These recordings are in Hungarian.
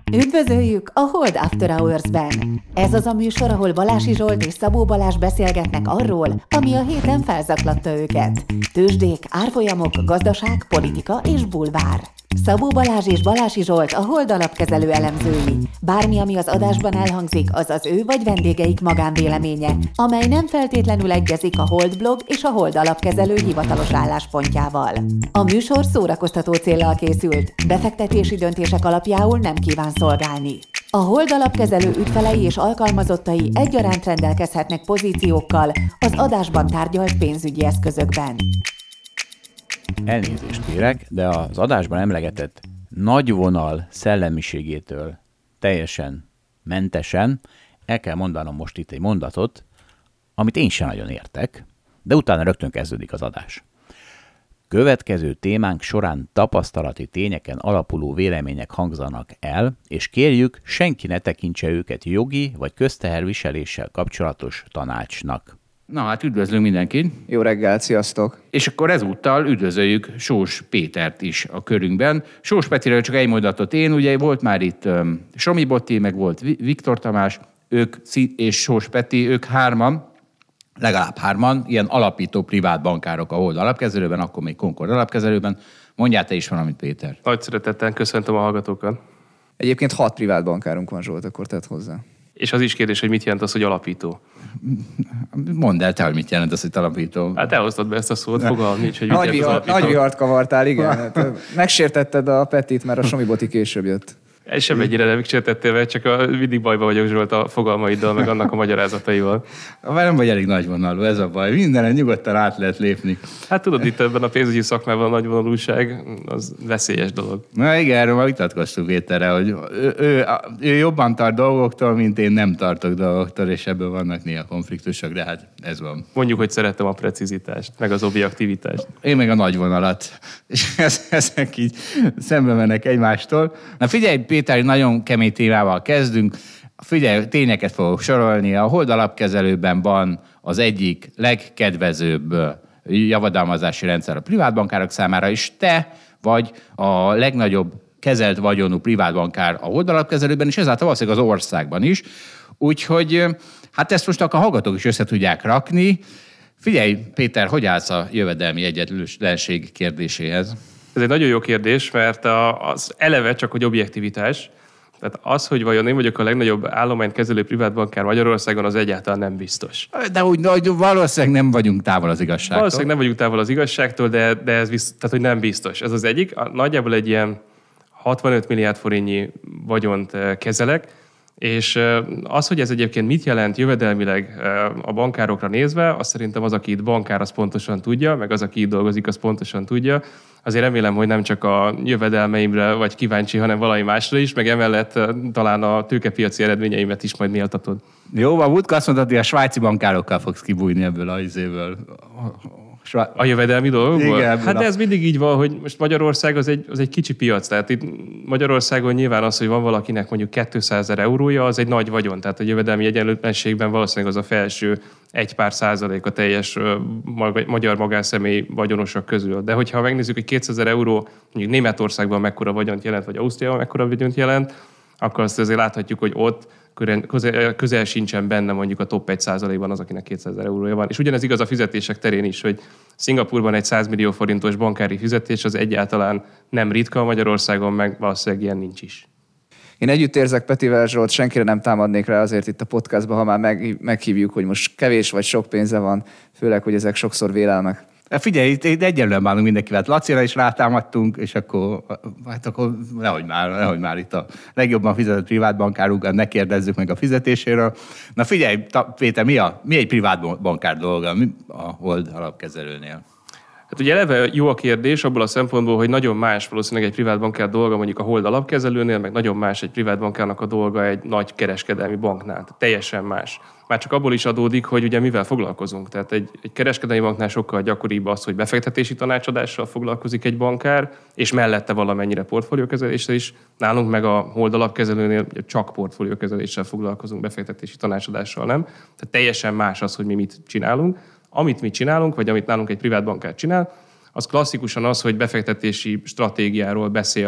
Üdvözöljük a Hold After Hours-ben! Ez az a műsor, ahol Balási Zsolt és Szabó Balázs beszélgetnek arról, ami a héten felzaklatta őket. Tőzsdék, árfolyamok, gazdaság, politika és bulvár. Szabó Balázs és Balási Zsolt a Hold alapkezelő elemzői. Bármi, ami az adásban elhangzik, az az ő vagy vendégeik magánvéleménye, amely nem feltétlenül egyezik a Hold blog és a Hold alapkezelő hivatalos álláspontjával. A műsor szórakoztató céllal készült, befektetési döntések alapjául nem kíván szolgálni. A Hold alapkezelő ügyfelei és alkalmazottai egyaránt rendelkezhetnek pozíciókkal az adásban tárgyalt pénzügyi eszközökben. Elnézést kérek, de az adásban emlegetett nagy vonal szellemiségétől teljesen mentesen el kell mondanom most itt egy mondatot, amit én sem nagyon értek, de utána rögtön kezdődik az adás. Következő témánk során tapasztalati tényeken alapuló vélemények hangzanak el, és kérjük, senki ne tekintse őket jogi vagy közteherviseléssel kapcsolatos tanácsnak. Na hát üdvözlünk mindenkit! Jó reggelt, sziasztok! És akkor ezúttal üdvözöljük Sós Pétert is a körünkben. Sós Petiről csak egy mondatot én, ugye volt már itt Somi Botti, meg volt Viktor Tamás, ők és Sós Peti, ők legalább hárman, ilyen alapító privát bankárok a Hold alapkezelőben, akkor még Concord alapkezelőben. Mondjál te is valamit, Péter. Nagy szeretettel köszöntöm a hallgatókat. Egyébként 6 privát bankárunk van, Zsolt, akkor tedd hozzá. És az is kérdés, hogy mit jelent az, hogy alapító? Mondd el te, hogy mit jelent az, hogy alapító. Hát te hoztad be ezt a szót, fogalm nincs, hogy mit jelent az alapító. Nagy vihart kavartál, igen. Hát, megsértetted a Petit, mert a Somi Boti később jött. Ez sem ennyire nem sértettél meg, csak mindig bajba vagyok, Zsolt, a fogalmaiddal, meg annak a magyarázataival. Már nem vagy elég nagyvonalú, ez a baj. Mindenen nyugodtan át lehet lépni. Hát tudod, itt ebben a pénzügyi szakmában a nagyvonalúság, az veszélyes dolog. Na igen, erről már vitatkoztunk Péterre, hogy ő jobban tart dolgoktól, mint én nem tartok dolgoktól, és ebből vannak néha konfliktusok, de hát ez van. Mondjuk, hogy szeretem a precizitást, meg az objektivitást. Én meg a nagyvonalat. És ezek így szembe mennek egymástól. Na figyelj, Péter, nagyon kemény témával kezdünk. Figyelj, tényeket fogok sorolni. A Hold alapkezelőben van az egyik legkedvezőbb javadalmazási rendszer a privátbankárok számára, és te vagy a legnagyobb kezelt vagyonú privátbankár a Hold alapkezelőben, és ezáltal valószínűleg az országban is. Úgyhogy hát ezt most a hallgatók is össze tudják rakni. Figyelj, Péter, hogy állsz a jövedelmi egyenlőtlenség kérdéséhez? Ez egy nagyon jó kérdés, mert az eleve csak hogy objektivitás. Tehát az, hogy vajon én vagyok a legnagyobb állományt kezelő privátbankár Magyarországon, az egyáltalán nem biztos. De úgy valószínűleg nem vagyunk távol az igazságtól. Valószínűleg nem vagyunk távol az igazságtól, de ez tehát, hogy nem biztos. Ez az egyik. Nagyjából egy ilyen 65 milliárd forintnyi vagyont kezelek, és az, hogy ez egyébként mit jelent jövedelmileg a bankárokra nézve, azt szerintem az, aki itt bankár, az pontosan tudja, meg az, aki itt dolgozik, az pontosan tudja. Azért remélem, hogy nem csak a jövedelmeimre vagy kíváncsi, hanem valami másra is, meg emellett talán a tőkepiaci eredményeimet is majd méltatod. Jó, a múltkor azt mondtad, hogy a svájci bankárokkal fogsz kibújni ebből az izéből. A jövedelmi dolgokból? Igen, hát de ez mindig így van, hogy most Magyarország az egy kicsi piac. Tehát itt Magyarországon nyilván az, hogy van valakinek mondjuk 200 000 eurója, az egy nagy vagyon. Tehát a jövedelmi egyenlőtlenségben valószínűleg az a felső egy pár százalék a teljes magyar magánszemély vagyonosok közül. De hogyha megnézzük, hogy 200 000 euró mondjuk Németországban mekkora vagyont jelent, vagy Ausztriában mekkora vagyont jelent, akkor azt azért láthatjuk, hogy ott közel sincsen benne mondjuk a top 1%-ban az, akinek 200 000 eurója van. És ugyanez igaz a fizetések terén is, hogy Szingapurban egy 100 millió forintos bankári fizetés az egyáltalán nem ritka, Magyarországon meg valószínűleg ilyen nincs is. Én együtt érzek Petivel, Zsolt, senkire nem támadnék rá azért itt a podcastban, ha már meghívjuk, hogy most kevés vagy sok pénze van, főleg, hogy ezek sokszor vélelmek. Figyelj, itt egyenlően bánunk mindenkivel. Lacira is rátámadtunk, és akkor nehogy már itt a legjobban fizetett privátbankárunkat ne kérdezzük meg a fizetéséről. Na figyelj, Péter, mi egy privátbankár dolga a Hold alapkezelőnél? Hát ugye eleve jó a kérdés abból a szempontból, hogy nagyon más valószínűleg egy privátbankár dolga mondjuk a Hold alapkezelőnél, meg nagyon más egy privátbankárnak a dolga egy nagy kereskedelmi banknál. Tehát teljesen más. Már csak abból is adódik, hogy ugye mivel foglalkozunk. Tehát egy kereskedelmi banknál sokkal gyakoribb az, hogy befektetési tanácsadással foglalkozik egy bankár, és mellette valamennyire portfóliókezeléssel is. Nálunk meg a Hold alapkezelőnél csak portfóliókezeléssel foglalkozunk, befektetési tanácsadással nem. Tehát teljesen más az, hogy mi mit csinálunk. Amit mi csinálunk, vagy amit nálunk egy privát bankár csinál, az klasszikusan az, hogy befektetési stratégiáról beszél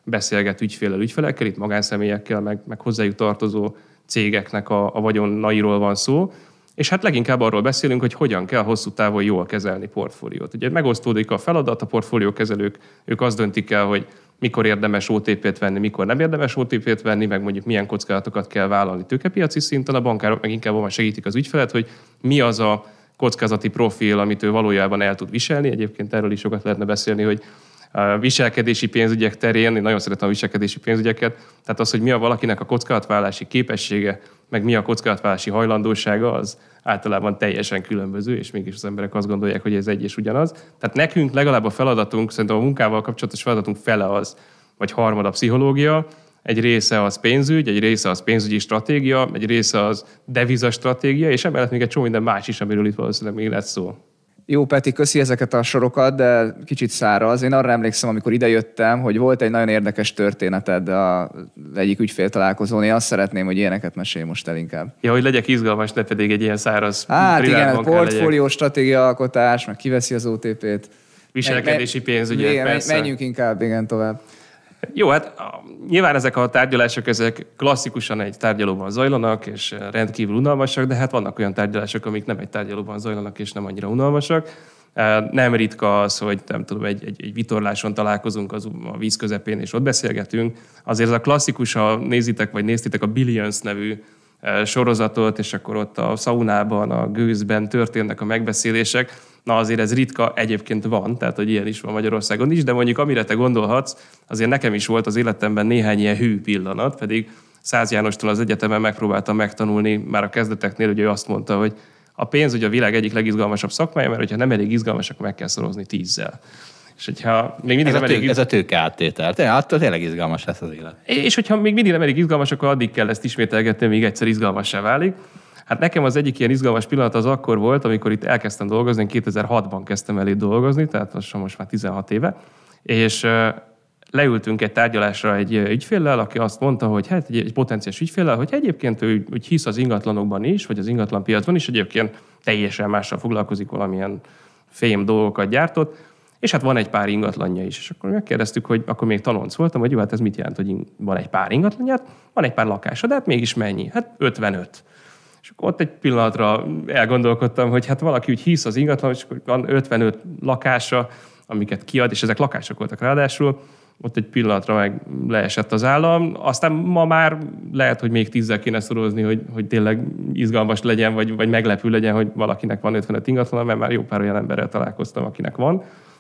beszélget ügyfelekkel, itt magánszemélyekkel, meg hozzájuk tartozó cégeknek a vagyonairól van szó, és hát leginkább arról beszélünk, hogy hogyan kell hosszú távon jól kezelni portfóliót. Ugye megosztódik a feladat, a portfóliókezelők, ők azt döntik el, hogy mikor érdemes OTP-t venni, mikor nem érdemes OTP-t venni, meg mondjuk milyen kockázatokat kell vállalni tőkepiaci szinten, a bankárok meg inkább abban segítik az ügyfelet, hogy mi az a kockázati profil, amit ő valójában el tud viselni. Egyébként erről is sokat lehetne beszélni, hogy a viselkedési pénzügyek terén, én nagyon szeretem a viselkedési pénzügyeket, tehát az, hogy mi a valakinek a kockázatvállalási képessége, meg mi a kockázatvállalási hajlandósága, az általában teljesen különböző, és mégis az emberek azt gondolják, hogy ez egy és ugyanaz. Tehát nekünk legalább a feladatunk, szerintem a munkával kapcsolatos feladatunk fele az, vagy harmada pszichológia, egy része az pénzügy, egy része az pénzügyi stratégia, egy része az devizastratégia, és emellett még egy csomó minden más is, amiről itt valószínűleg még lesz szó. Jó, Peti, köszi ezeket a sorokat, de kicsit száraz. Én arra emlékszem, amikor idejöttem, hogy volt egy nagyon érdekes történeted az egyik ügyféltalálkozón. Én azt szeretném, hogy ilyeneket mesélj most el inkább. Ja, hogy legyek izgalmas, ne pedig egy ilyen száraz hát igen, portfólió, stratégia alkotás, meg kiveszi az OTP-t. Viselkedési pénzügyek, igen, persze. Menjünk inkább, igen, tovább. Jó, hát nyilván ezek a tárgyalások, ezek klasszikusan egy tárgyalóban zajlanak, és rendkívül unalmasak, de hát vannak olyan tárgyalások, amik nem egy tárgyalóban zajlanak, és nem annyira unalmasak. Nem ritka az, hogy nem tudom, egy vitorláson találkozunk a víz közepén, és ott beszélgetünk. Azért ez a klasszikus, ha néztitek a Billions nevű sorozatot, és akkor ott a szaunában, a gőzben történnek a megbeszélések. Na azért ez ritka, egyébként van, tehát hogy ilyen is van Magyarországon is, de mondjuk amire te gondolhatsz, azért nekem is volt az életemben néhány ilyen hű pillanat, pedig Szász Jánostól az egyetemen megpróbáltam megtanulni, már a kezdeteknél, hogy ő azt mondta, hogy a pénz ugye a világ egyik legizgalmasabb szakmája, mert hogyha nem elég izgalmas, akkor meg kell szorozni 10-zel. És hogyha még mindig ez a tőke áttétel. Attól tényleg izgalmas lesz az élet. És hogyha még mindig nem elég izgalmas, akkor addig kell ezt ismételgetni, még egyszer izgalmassá válik. Hát nekem az egyik ilyen izgalmas pillanat az akkor volt, amikor itt elkezdtem dolgozni, én 2006-ban kezdtem el itt dolgozni, tehát lassan most már 16 éve, és leültünk egy tárgyalásra egy ügyféllel, aki azt mondta, hogy hát egy potenciális ügyféllel, hogy egyébként ő úgy hisz az ingatlanokban is, vagy az ingatlanpiacon is, egyébként teljesen mással foglalkozik, valamilyen fém dolgokat gyártott, és hát van egy pár ingatlanja is. És akkor megkérdeztük, hogy akkor még tanonc voltam, hogy jó, hát ez mit jelent, hogy van egy pár ingatlanját, van egy pár lakása, de hát mégis mennyi? Hát 55. És akkor ott egy pillanatra elgondolkodtam, hogy hát valaki úgy hisz az ingatlan, és akkor van 55 lakása, amiket kiad, és ezek lakások voltak ráadásul, ott egy pillanatra meg leesett az állam. Aztán ma már lehet, hogy még 10-zel kéne szorozni, hogy tényleg izgalmas legyen, vagy meglepő legyen, hogy valakinek van 55 ingatlan, mert már jó pár olyan emberrel találkoztam, akinek van.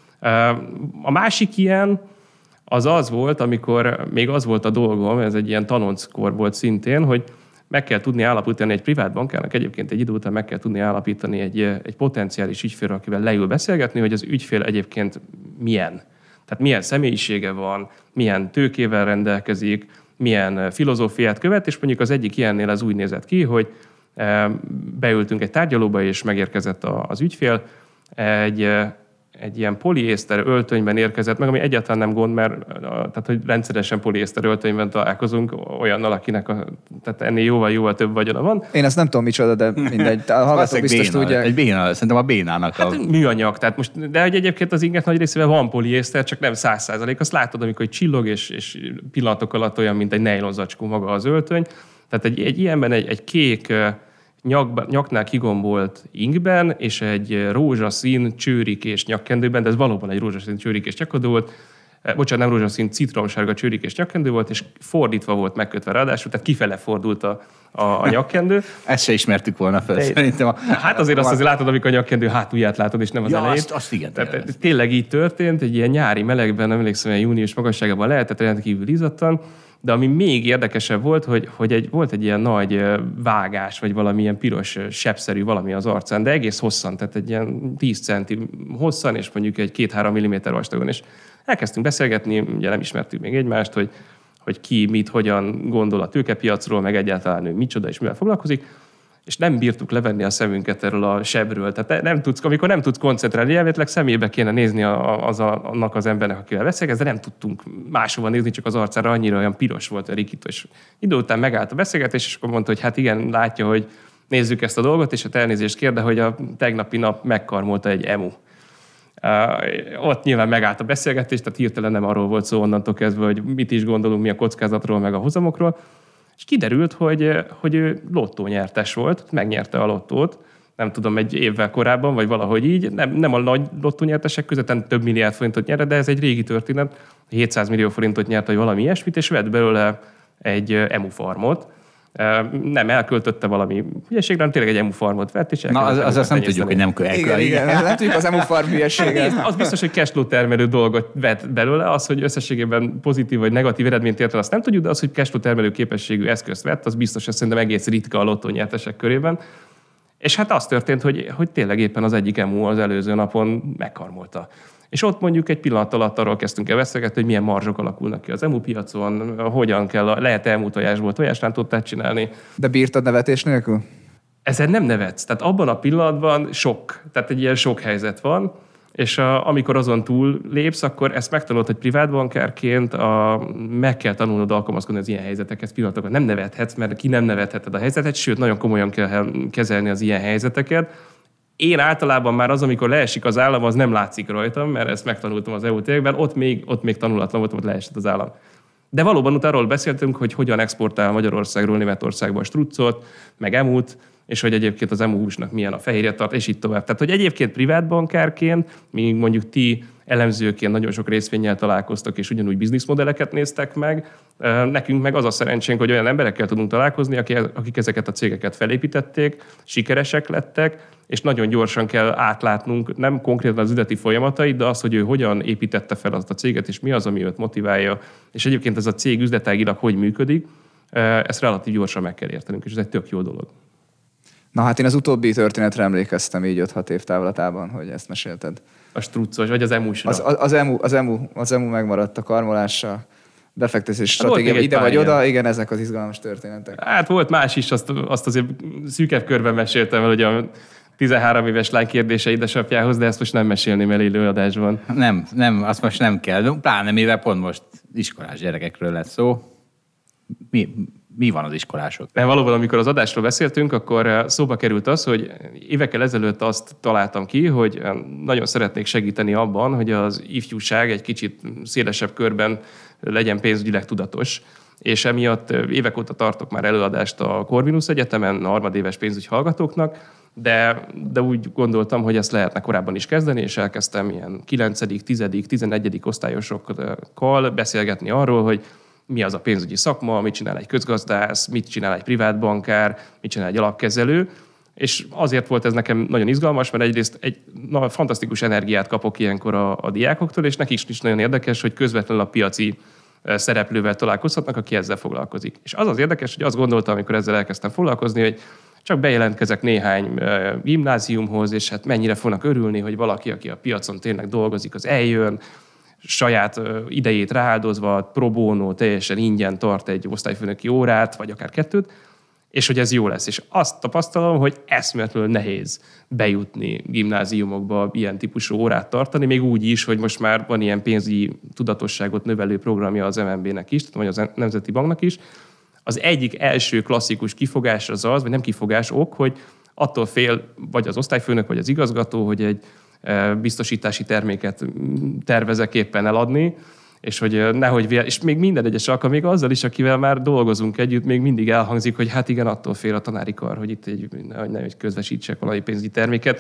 A másik ilyen az volt, amikor még az volt a dolgom, ez egy ilyen tanonckor volt szintén, hogy meg kell tudni állapítani egy privát bankárnak, egyébként egy idő után meg kell tudni állapítani egy potenciális ügyfél, akivel leül beszélgetni, hogy az ügyfél egyébként milyen. Tehát milyen személyisége van, milyen tőkével rendelkezik, milyen filozófiát követ, és mondjuk az egyik ilyennél az úgy nézett ki, hogy beültünk egy tárgyalóba, és megérkezett az ügyfél, egy ilyen poliészter öltönyben érkezett meg, ami egyáltalán nem gond, mert tehát, hogy rendszeresen poliészter öltönyben találkozunk olyannal, akinek tehát ennél jóval több vagyona van. Én ezt nem tudom micsoda, de mindegy. A hallgatók biztos tudják. Egy béna, szerintem a bénának hát műanyag, tehát most, de hogy egyébként az inget nagy részével van poliészter, csak nem 100%. Azt látod, amikor csillog, és pillanatok alatt olyan, mint egy nejlonzacskó maga az öltöny. Tehát egy ilyenben egy kék nyaknál kigombolt ingben, és egy rózsaszín csőrikés nyakkendőben, de ez valóban egy rózsaszín csőrikés nyakkendő volt, nem rózsaszín, citromsárga csőrikés nyakkendő volt, és fordítva volt megkötve ráadásul, tehát kifele fordult a nyakkendő. Ezt se ismertük volna fel, szerintem. Hát azért azt látod, amikor a nyakkendő hátulját látod, és nem az elejét. Azt igen. Tehát tényleg így történt, egy ilyen nyári melegben, nem emlékszem, hogy június magasságában lehetett rendkívül izzadtan, de ami még érdekesebb volt, hogy volt egy ilyen nagy vágás, vagy valamilyen piros sebszerű valami az arcán, de egész hosszan, tehát egy ilyen 10 centi hosszan, és mondjuk egy 2-3 milliméter vastagon. És elkezdtünk beszélgetni, ugye nem ismertük még egymást, hogy ki mit, hogyan gondol a tőkepiacról, meg egyáltalán ő micsoda és mivel foglalkozik, és nem bírtuk levenni a szemünket erről a sebről. Tehát amikor nem tudsz koncentrálni, elvétleg szemébe kéne nézni annak az embernek, akivel beszélgetsz, de nem tudtunk máshova nézni, csak az arcára annyira olyan piros volt, rikító. És idő után megállt a beszélgetés, és akkor mondta, hogy hát igen, látja, hogy nézzük ezt a dolgot, és hát elnézést kér, de hogy a tegnapi nap megkarmolta egy emu. Ott nyilván megállt a beszélgetés, tehát hirtelen nem arról volt szó onnantól kezdve, hogy mit is gondolunk mi a kockázatról, meg a hozamokról. És kiderült, hogy ő lottónyertes volt, megnyerte a lottót, nem tudom, egy évvel korábban, vagy valahogy így. Nem a nagy lottónyertesek között, több milliárd forintot nyert, de ez egy régi történet. 700 millió forintot nyert, vagy valami ilyesmit, és vett belőle egy emu farmot. Nem elköltötte valami hülyeségre, hanem tényleg egy emu farmot vett, és azt nem tudjuk, hogy nem Igen, nem tudjuk az emu farm hülyeséget. Az biztos, hogy cashflow termelő dolgot vett belőle, az, hogy összességében pozitív vagy negatív eredményt ért el, azt nem tudjuk, de az, hogy cashflow termelő képességű eszközt vett, az biztos, hogy szerintem egész ritka a lottónyertesek körében. És hát az történt, hogy tényleg éppen az egyik emu az előző napon megkarmolta. És ott mondjuk egy pillanat alatt arról kezdtünk el beszélgetni, hogy milyen marzsok alakulnak ki az emu piacon, hogyan kell, lehet emu tojásból tojáslántót csinálni. De bírtad nevetés nélkül? Ezen nem nevetsz. Tehát abban a pillanatban sok. Tehát egy ilyen sok helyzet van, és amikor azon túl lépsz, akkor ezt megtanulod, hogy privátbankárként meg kell tanulnod alkalmazkodni az ilyen helyzetekhez pillanatokat. Nem nevethetsz, mert ki nem nevetheted a helyzetet, sőt, nagyon komolyan kell kezelni az ilyen helyzeteket. Én általában már az, amikor leesik az állam, az nem látszik rajtam, mert ezt megtanultam az EU tégben, ott még tanulatlan voltam, hogy leesett az állam. De valóban utána arról beszéltünk, hogy hogyan exportál Magyarországról Németországba a struccot, meg emút, és hogy egyébként az emu húsnak milyen a fehérje tart, és így tovább. Tehát, hogy egyébként privátbankárként, míg mondjuk ti elemzőként nagyon sok részvénnyel találkoztak, és ugyanúgy bizniszmodelleket néztek meg, nekünk meg az a szerencsénk, hogy olyan emberekkel tudunk találkozni, akik ezeket a cégeket felépítették, sikeresek lettek, és nagyon gyorsan kell átlátnunk, nem konkrétan az üzleti folyamatait, de az, hogy ő hogyan építette fel azt a céget, és mi az, ami őt motiválja, és egyébként ez a cég üzletágilag hogy működik, ezt relatív gyorsan meg kell értenünk, és ez egy tök jó dolog. Na hát én az utóbbi történetre emlékeztem így 5-6 év távlatában, hogy ezt mesélted. A struccos, vagy az emusra? Az emu megmaradt a karmolással, befektetési stratégia, ide vagy oda, igen, ezek az izgalmas történetek. Hát volt más is, azt azért szűkebb körben meséltem el, hogy a 13 éves lány kérdése édesapjához, de ezt most nem mesélném el élőadásban. Nem, azt most nem kell. Pláne mivel pont most iskolás gyerekekről lesz szó. Mi van az iskolások? De valóban, amikor az adásról beszéltünk, akkor szóba került az, hogy évekkel ezelőtt azt találtam ki, hogy nagyon szeretnék segíteni abban, hogy az ifjúság egy kicsit szélesebb körben legyen pénzügyileg tudatos. És emiatt évek óta tartok már előadást a Corvinus Egyetemen, a harmadéves pénzügy hallgatóknak, de úgy gondoltam, hogy ezt lehetne korábban is kezdeni, és elkezdtem ilyen 9., 10., 11. osztályosokkal beszélgetni arról, hogy mi az a pénzügyi szakma, mit csinál egy közgazdász, mit csinál egy privátbankár, mit csinál egy alapkezelő, és azért volt ez nekem nagyon izgalmas, mert egyrészt egy fantasztikus energiát kapok ilyenkor a diákoktól, és nekik is nagyon érdekes, hogy közvetlenül a piaci szereplővel találkozhatnak, aki ezzel foglalkozik. És az érdekes, hogy azt gondoltam, amikor ezzel elkezdtem foglalkozni, hogy csak bejelentkezek néhány gimnáziumhoz, és hát mennyire fognak örülni, hogy valaki, aki a piacon tényleg dolgozik, az eljön, saját idejét rááldozva, pro bono, teljesen ingyen tart egy osztályfőnöki órát, vagy akár 2, és hogy ez jó lesz. És azt tapasztalom, hogy eszméletlenül nehéz bejutni gimnáziumokba, ilyen típusú órát tartani, még úgy is, hogy most már van ilyen pénzügyi tudatosságot növelő programja az MNB-nek is, vagy az Nemzeti Banknak is. Az egyik első klasszikus kifogás az, vagy nem kifogás, ok, hogy attól fél vagy az osztályfőnök, vagy az igazgató, hogy egy biztosítási terméket tervezek éppen eladni, és hogy nehogy, és még minden egyes alkalom, még azzal is, akivel már dolgozunk együtt, még mindig elhangzik, hogy hát igen, attól fél a tanári kar, hogy itt nehogy közvesítsek valami pénzügyi terméket.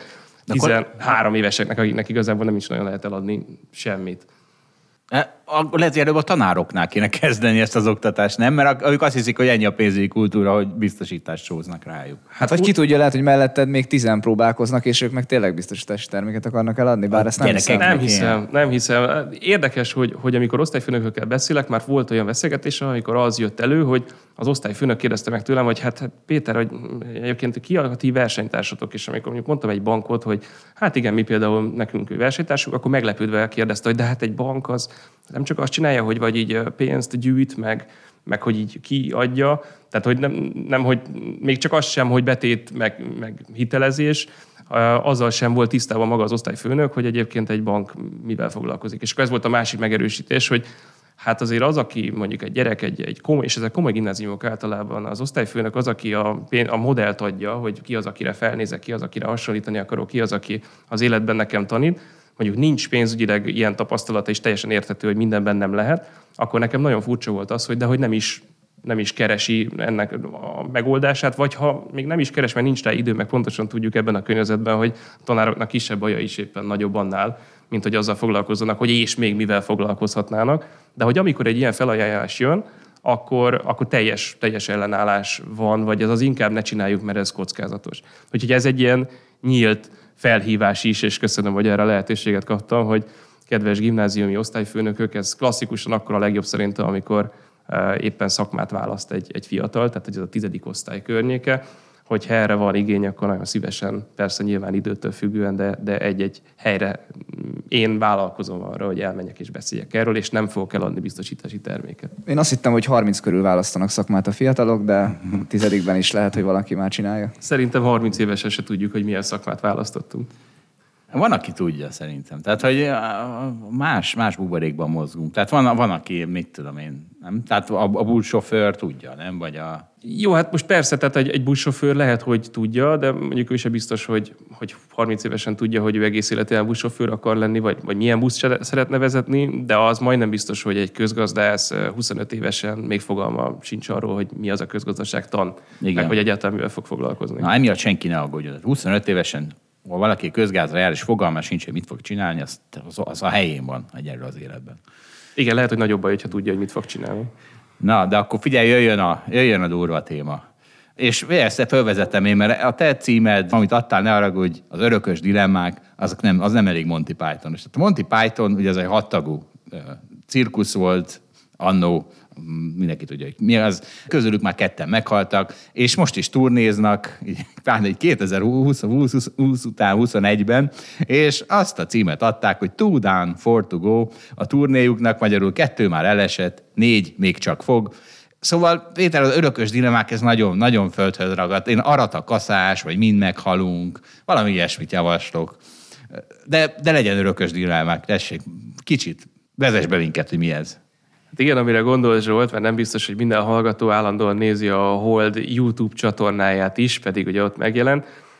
13 éveseknek, akiknek igazából nem is nagyon lehet eladni semmit. Lehet, hogy előbb a tanároknál kéne kezdeni ezt az oktatást, nem? Mert ők azt hiszik, hogy ennyi a pénzügyi kultúra, hogy biztosítást sóznak rájuk. Hát vagy ki tudja, lehet, hogy melletted még 10 próbálkoznak, és ők meg tényleg biztosítási terméket akarnak eladni, bár ezt nem hiszem. Érdekes, hogy amikor osztályfőnökökkel beszélek, már volt olyan beszélgetés, amikor az jött elő, hogy az osztályfőnök kérdezte meg tőlem, hogy hát Péter, hogy egyébként ki a ti versenytársatok, és amikor mondjuk mondtam egy bankot, hogy hát igen, mi például nekünk versenytársuk, akkor meglepődve kérdezte, hogy de hát egy bank az nem csak azt csinálja, hogy vagy így pénzt gyűjt, meg hogy így kiadja, tehát hogy nem hogy még csak az sem, hogy betét, meg hitelezés, azzal sem volt tisztában maga az osztályfőnök, hogy egyébként egy bank mivel foglalkozik. És ez volt a másik megerősítés, hogy hát azért az, aki mondjuk egy gyerek, egy komoly, és ezek komoly gimnáziumok általában, az osztályfőnök az, aki a modellt adja, hogy ki az, akire felnézek, ki az, akire hasonlítani akarok, ki az, aki az életben nekem tanít, mondjuk nincs pénzügyileg ilyen tapasztalata, és teljesen érthető, hogy mindenben nem lehet, akkor nekem nagyon furcsa volt az, hogy nem is keresi ennek a megoldását, vagy ha még nem is keres, mert nincs rá idő, meg pontosan tudjuk ebben a környezetben, hogy a tanároknak kisebb baja is éppen nagyobb annál, mint hogy azzal foglalkozzanak, hogy és még mivel foglalkozhatnának. De hogy amikor egy ilyen felajánlás jön, akkor teljes ellenállás van, vagy ez az inkább ne csináljuk, mert ez kockázatos. Úgyhogy ez egy ilyen nyílt felhívás is, és köszönöm, hogy erre lehetőséget kaptam, hogy kedves gimnáziumi osztályfőnökök, ez klasszikusan akkor a legjobb szerintem, amikor éppen szakmát választ egy fiatal, tehát hogy ez a 10. osztály környéke, hogyha erre van igény, akkor nagyon szívesen, persze nyilván időtől függően, de egy helyre én vállalkozom arra, hogy elmenjek és beszéljek erről, és nem fogok eladni biztosítási terméket. Én azt hittem, hogy 30 körül választanak szakmát a fiatalok, de 10-ben is lehet, hogy valaki már csinálja. Szerintem 30 évesen se tudjuk, hogy milyen szakmát választottunk. Van, aki tudja szerintem. Tehát, hogy más buborékban mozgunk. Tehát van aki, mit tudom én, nem? Tehát a buszsofőr tudja, nem? Vagy Jó, hát most persze, tehát egy buszsofőr lehet, hogy tudja, de mondjuk ő is biztos, hogy 30 évesen tudja, hogy ő egész életében buszsofőr akar lenni, vagy milyen buszt szeretne vezetni, de az majdnem biztos, hogy egy közgazdász 25 évesen még fogalma sincs arról, hogy mi az a közgazdaságtan, meg hogy egyáltalán mivel fog foglalkozni. Na, emiatt senki ne aggódjon. 25 évesen, ha valaki közgázra jár, és fogalma sincs, hogy mit fog csinálni, az a helyén van egyelőre az életben. Igen, lehet, hogy nagyobb baj, hogyha tudja, hogy mit fog csinálni. Na, de akkor figyelj, jöjjön a durva téma. És ezt felvezettem én, mert a te címed, amit adtál, ne haragudj, az örökös dilemmák, az nem elég Monty Python-os. Tehát a Monty Python, ugye ez egy 6 tagú cirkusz volt annó, mindenki tudja, hogy mi az. Közülük már 2 meghaltak, és most is turnéznak, talán egy 2020 után 21-ben, és azt a címet adták, hogy 2 down, 4 to go a turnéjuknak, magyarul 2 már elesett, 4 még csak fog. Szóval Péter, az örökös dilemmák, ez nagyon, nagyon földhöz ragadt. Én aratakaszás, vagy mind meghalunk, valami ilyesmit javaslok. De legyen örökös dilemmák, tessék, kicsit vezess be minket, hogy mi ez. Hát igen, amire gondolsz, Zsolt, mert nem biztos, hogy minden hallgató állandóan nézi a Hold YouTube csatornáját is, pedig ugye ott megjelent.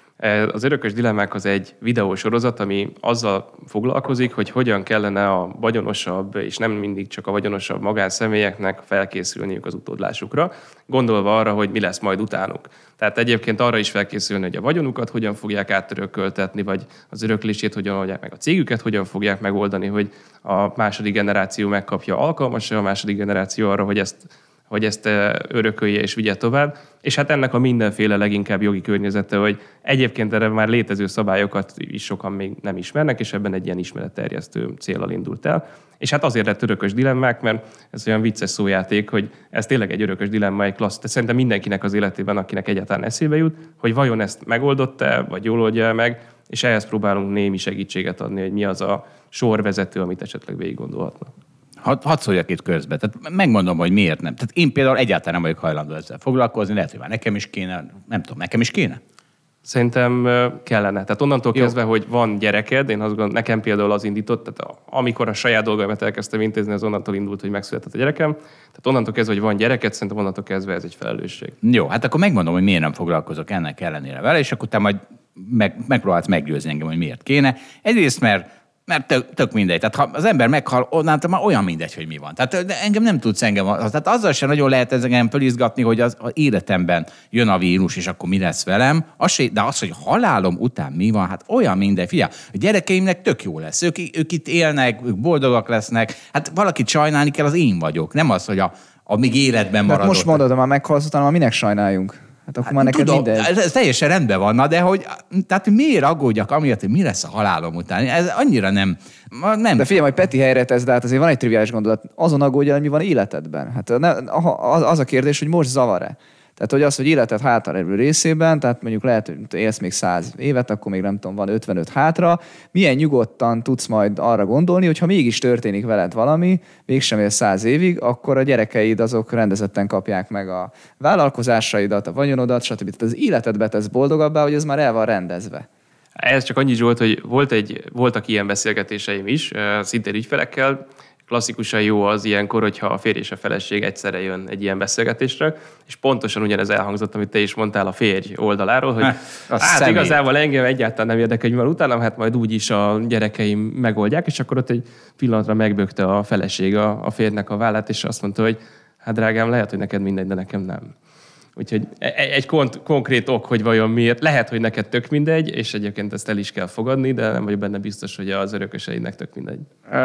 Az Örökös dilemmák az egy videósorozat, ami azzal foglalkozik, hogy hogyan kellene a vagyonosabb, és nem mindig csak a vagyonosabb magánszemélyeknek felkészülniük az utódlásukra, gondolva arra, hogy mi lesz majd utánuk. Tehát egyébként arra is felkészülni, hogy a vagyonukat hogyan fogják átörököltetni, vagy az öröklését hogyan oldják meg, a cégüket hogyan fogják megoldani, hogy a második generáció megkapja, alkalmas-e a második generáció arra, hogy ezt örökölje és vigye tovább. És hát ennek a mindenféle leginkább jogi környezete, hogy egyébként erre már létező szabályokat is sokan még nem ismernek, és ebben egy ilyen ismeretterjesztő céllal indult el. És hát azért lett örökös dilemmák, mert ez olyan vicces szójáték, hogy ez tényleg egy örökös dilemma, egy klassz. De szerintem mindenkinek az életében, akinek egyáltalán eszébe jut, hogy vajon ezt megoldotta, vagy jól oldja el meg, és ehhez próbálunk némi segítséget adni, hogy mi az a sorvezető, amit esetleg végig gondolhatnak. Hadd szóljak itt közben. Tehát megmondom, hogy miért nem. Tehát én például egyáltalán nem vagyok hajlandó ezzel foglalkozni, lehet, hogy már nekem is kéne, nem tudom, nekem is kéne? Szerintem kellene. Tehát onnantól kezdve, hogy van gyereked, én azt gondolom, nekem például az indított, tehát amikor a saját dolgaimat elkezdtem intézni, az onnantól indult, hogy megszületett a gyerekem. Tehát onnantól kezdve, hogy van gyereked, szerintem onnantól kezdve ez egy felelősség. Jó, hát akkor megmondom, hogy miért nem foglalkozok ennek ellenére vele, és akkor te majd megpróbálsz meggyőzni engem, hogy miért kéne. Egyrészt, mert tök mindegy. Tehát ha az ember meghal, onnantól már olyan mindegy, hogy mi van. Tehát engem nem tudsz tehát azzal sem nagyon lehet engem fölizgatni, hogy az életemben jön a vírus, és akkor mi lesz velem. De az, hogy halálom után mi van, hát olyan mindegy. Figyelj, a gyerekeimnek tök jó lesz. Ők itt élnek, ők boldogak lesznek. Hát valakit sajnálni kell, az én vagyok. Nem az, hogy amíg életben maradok. Hát most mondod, ha már meghalsz, utána minek sajnáljuk? Hát akkor már neked mindegy. Ez teljesen rendben van, de hogy, tehát miért aggódjak amiatt, hogy mi lesz a halálom után? Ez annyira nem. De figyelj, majd Peti helyre tesz, de hát azért van egy triviális gondolat. Azon aggódjál, hogy mi van életedben. Hát az a kérdés, hogy most zavar-e? Tehát, hogy az, hogy életed hátralevő részében, tehát mondjuk lehet, hogy élsz még 100 évet, akkor még nem tudom, van 55 hátra, milyen nyugodtan tudsz majd arra gondolni, hogy ha mégis történik veled valami, mégsem élsz 100 évig, akkor a gyerekeid azok rendezetten kapják meg a vállalkozásaidat, a vagyonodat, stb. Tehát az életedbe tesz boldogabbá, hogy ez már el van rendezve. Ez csak annyi, Zsolt, hogy voltak ilyen beszélgetéseim is, szintén ügyfelekkel, klasszikusan jó az ilyenkor, hogyha a férj és a feleség egyszerre jön egy ilyen beszélgetésre, és pontosan ugyanez elhangzott, amit te is mondtál a férj oldaláról, hogy hát igazából engem egyáltalán nem érdekel, hogy van utána, hát majd úgyis a gyerekeim megoldják, és akkor ott egy pillanatra megbökte a feleség a férjnek a vállát, és azt mondta, hogy hát drágám, lehet, hogy neked mindegy, de nekem nem. Úgyhogy egy konkrét ok, hogy vajon miért. Lehet, hogy neked tök mindegy, és egyébként ezt el is kell fogadni, de nem vagyok benne biztos, hogy az örököseidnek tök mindegy.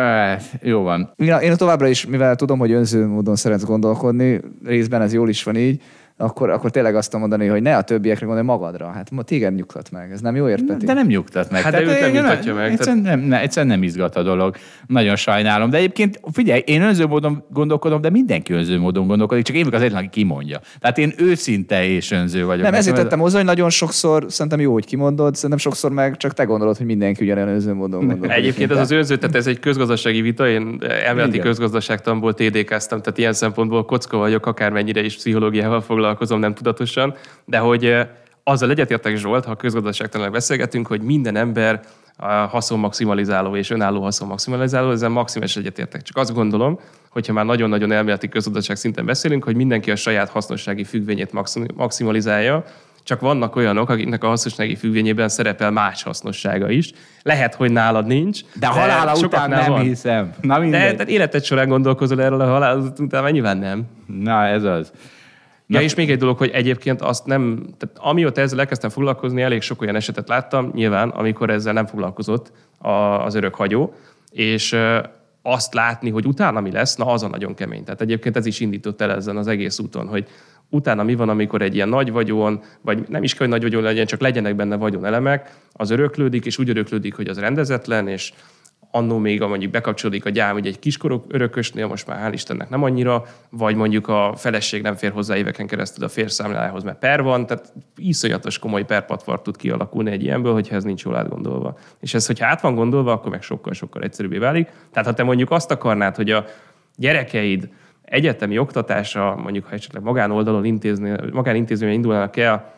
Jó van. Én továbbra is, mivel tudom, hogy önző módon szeretsz gondolkodni, részben ez jól is van így, akkor tényleg azt mondani, hogy ne a többiekre gondolj, magadra. Hát téged nyugtat meg. Ez nem jó ért, Peti? De nem nyugtat meg. Hát de őt nem nyugtatja meg. Egyszerűen nem izgat a dolog. Nagyon sajnálom. De egyébként figyelj, én önző módon gondolkodom, de mindenki önző módon gondolkodik, csak én vagyok az egyetlen, aki kimondja. Tehát én őszinte és önző vagyok. Nem, ezért tettem hozzá, hogy nagyon sokszor, szerintem jó, hogy kimondod, szerintem sokszor meg csak te gondolod, hogy mindenki ugyanolyan önző módon gondolkodik. Egyébként ez az önző, tehát ez egy közgazdasági vita, én elméleti közgazdaságtanból TD-káztam, tehát ilyen szempontból kocka vagyok, akármennyire is pszichológiával foglalkozom, nem tudatosan, de hogy azzal egyetértek, Zsolt, ha közgazdaságtalanul beszélgetünk, hogy minden ember haszonmaximalizáló és önálló haszonmaximalizáló, ezzel maximális egyetértek. Csak azt gondolom, hogyha már nagyon-nagyon elméleti közgazdaság szinten beszélünk, hogy mindenki a saját hasznossági függvényét maximalizálja, csak vannak olyanok, akiknek a hasznossági függvényében szerepel más hasznossága is. Lehet, hogy nálad nincs. De halála után nem van. hiszem. Na de életed során gondolkozol erről a halál után, nyilván nem. Na, ez az. Ja, és még egy dolog, hogy egyébként azt nem, tehát amióta ezzel elkezdtem foglalkozni, elég sok olyan esetet láttam, nyilván, amikor ezzel nem foglalkozott az örökhagyó, és azt látni, hogy utána mi lesz, na az a nagyon kemény. Tehát egyébként ez is indított el ezen az egész úton, hogy utána mi van, amikor egy ilyen nagy vagyon, vagy nem is kell, hogy nagy vagyon legyen, csak legyenek benne vagyonelemek, az öröklődik, és úgy öröklődik, hogy az rendezetlen, és annó még mondjuk bekapcsolódik a gyám, hogy egy kiskorú örökösnél, most már hál' Istennek nem annyira, vagy mondjuk a feleség nem fér hozzá éveken keresztül a férj számlájához, mert per van, tehát iszonyatos komoly perpatvar tud kialakulni egy ilyenből, hogyha ez nincs jól átgondolva. És ez, hogyha át van gondolva, akkor meg sokkal-sokkal egyszerűbbé válik. Tehát ha te mondjuk azt akarnád, hogy a gyerekeid egyetemi oktatása, mondjuk ha esetleg magánintézményen indulnának el,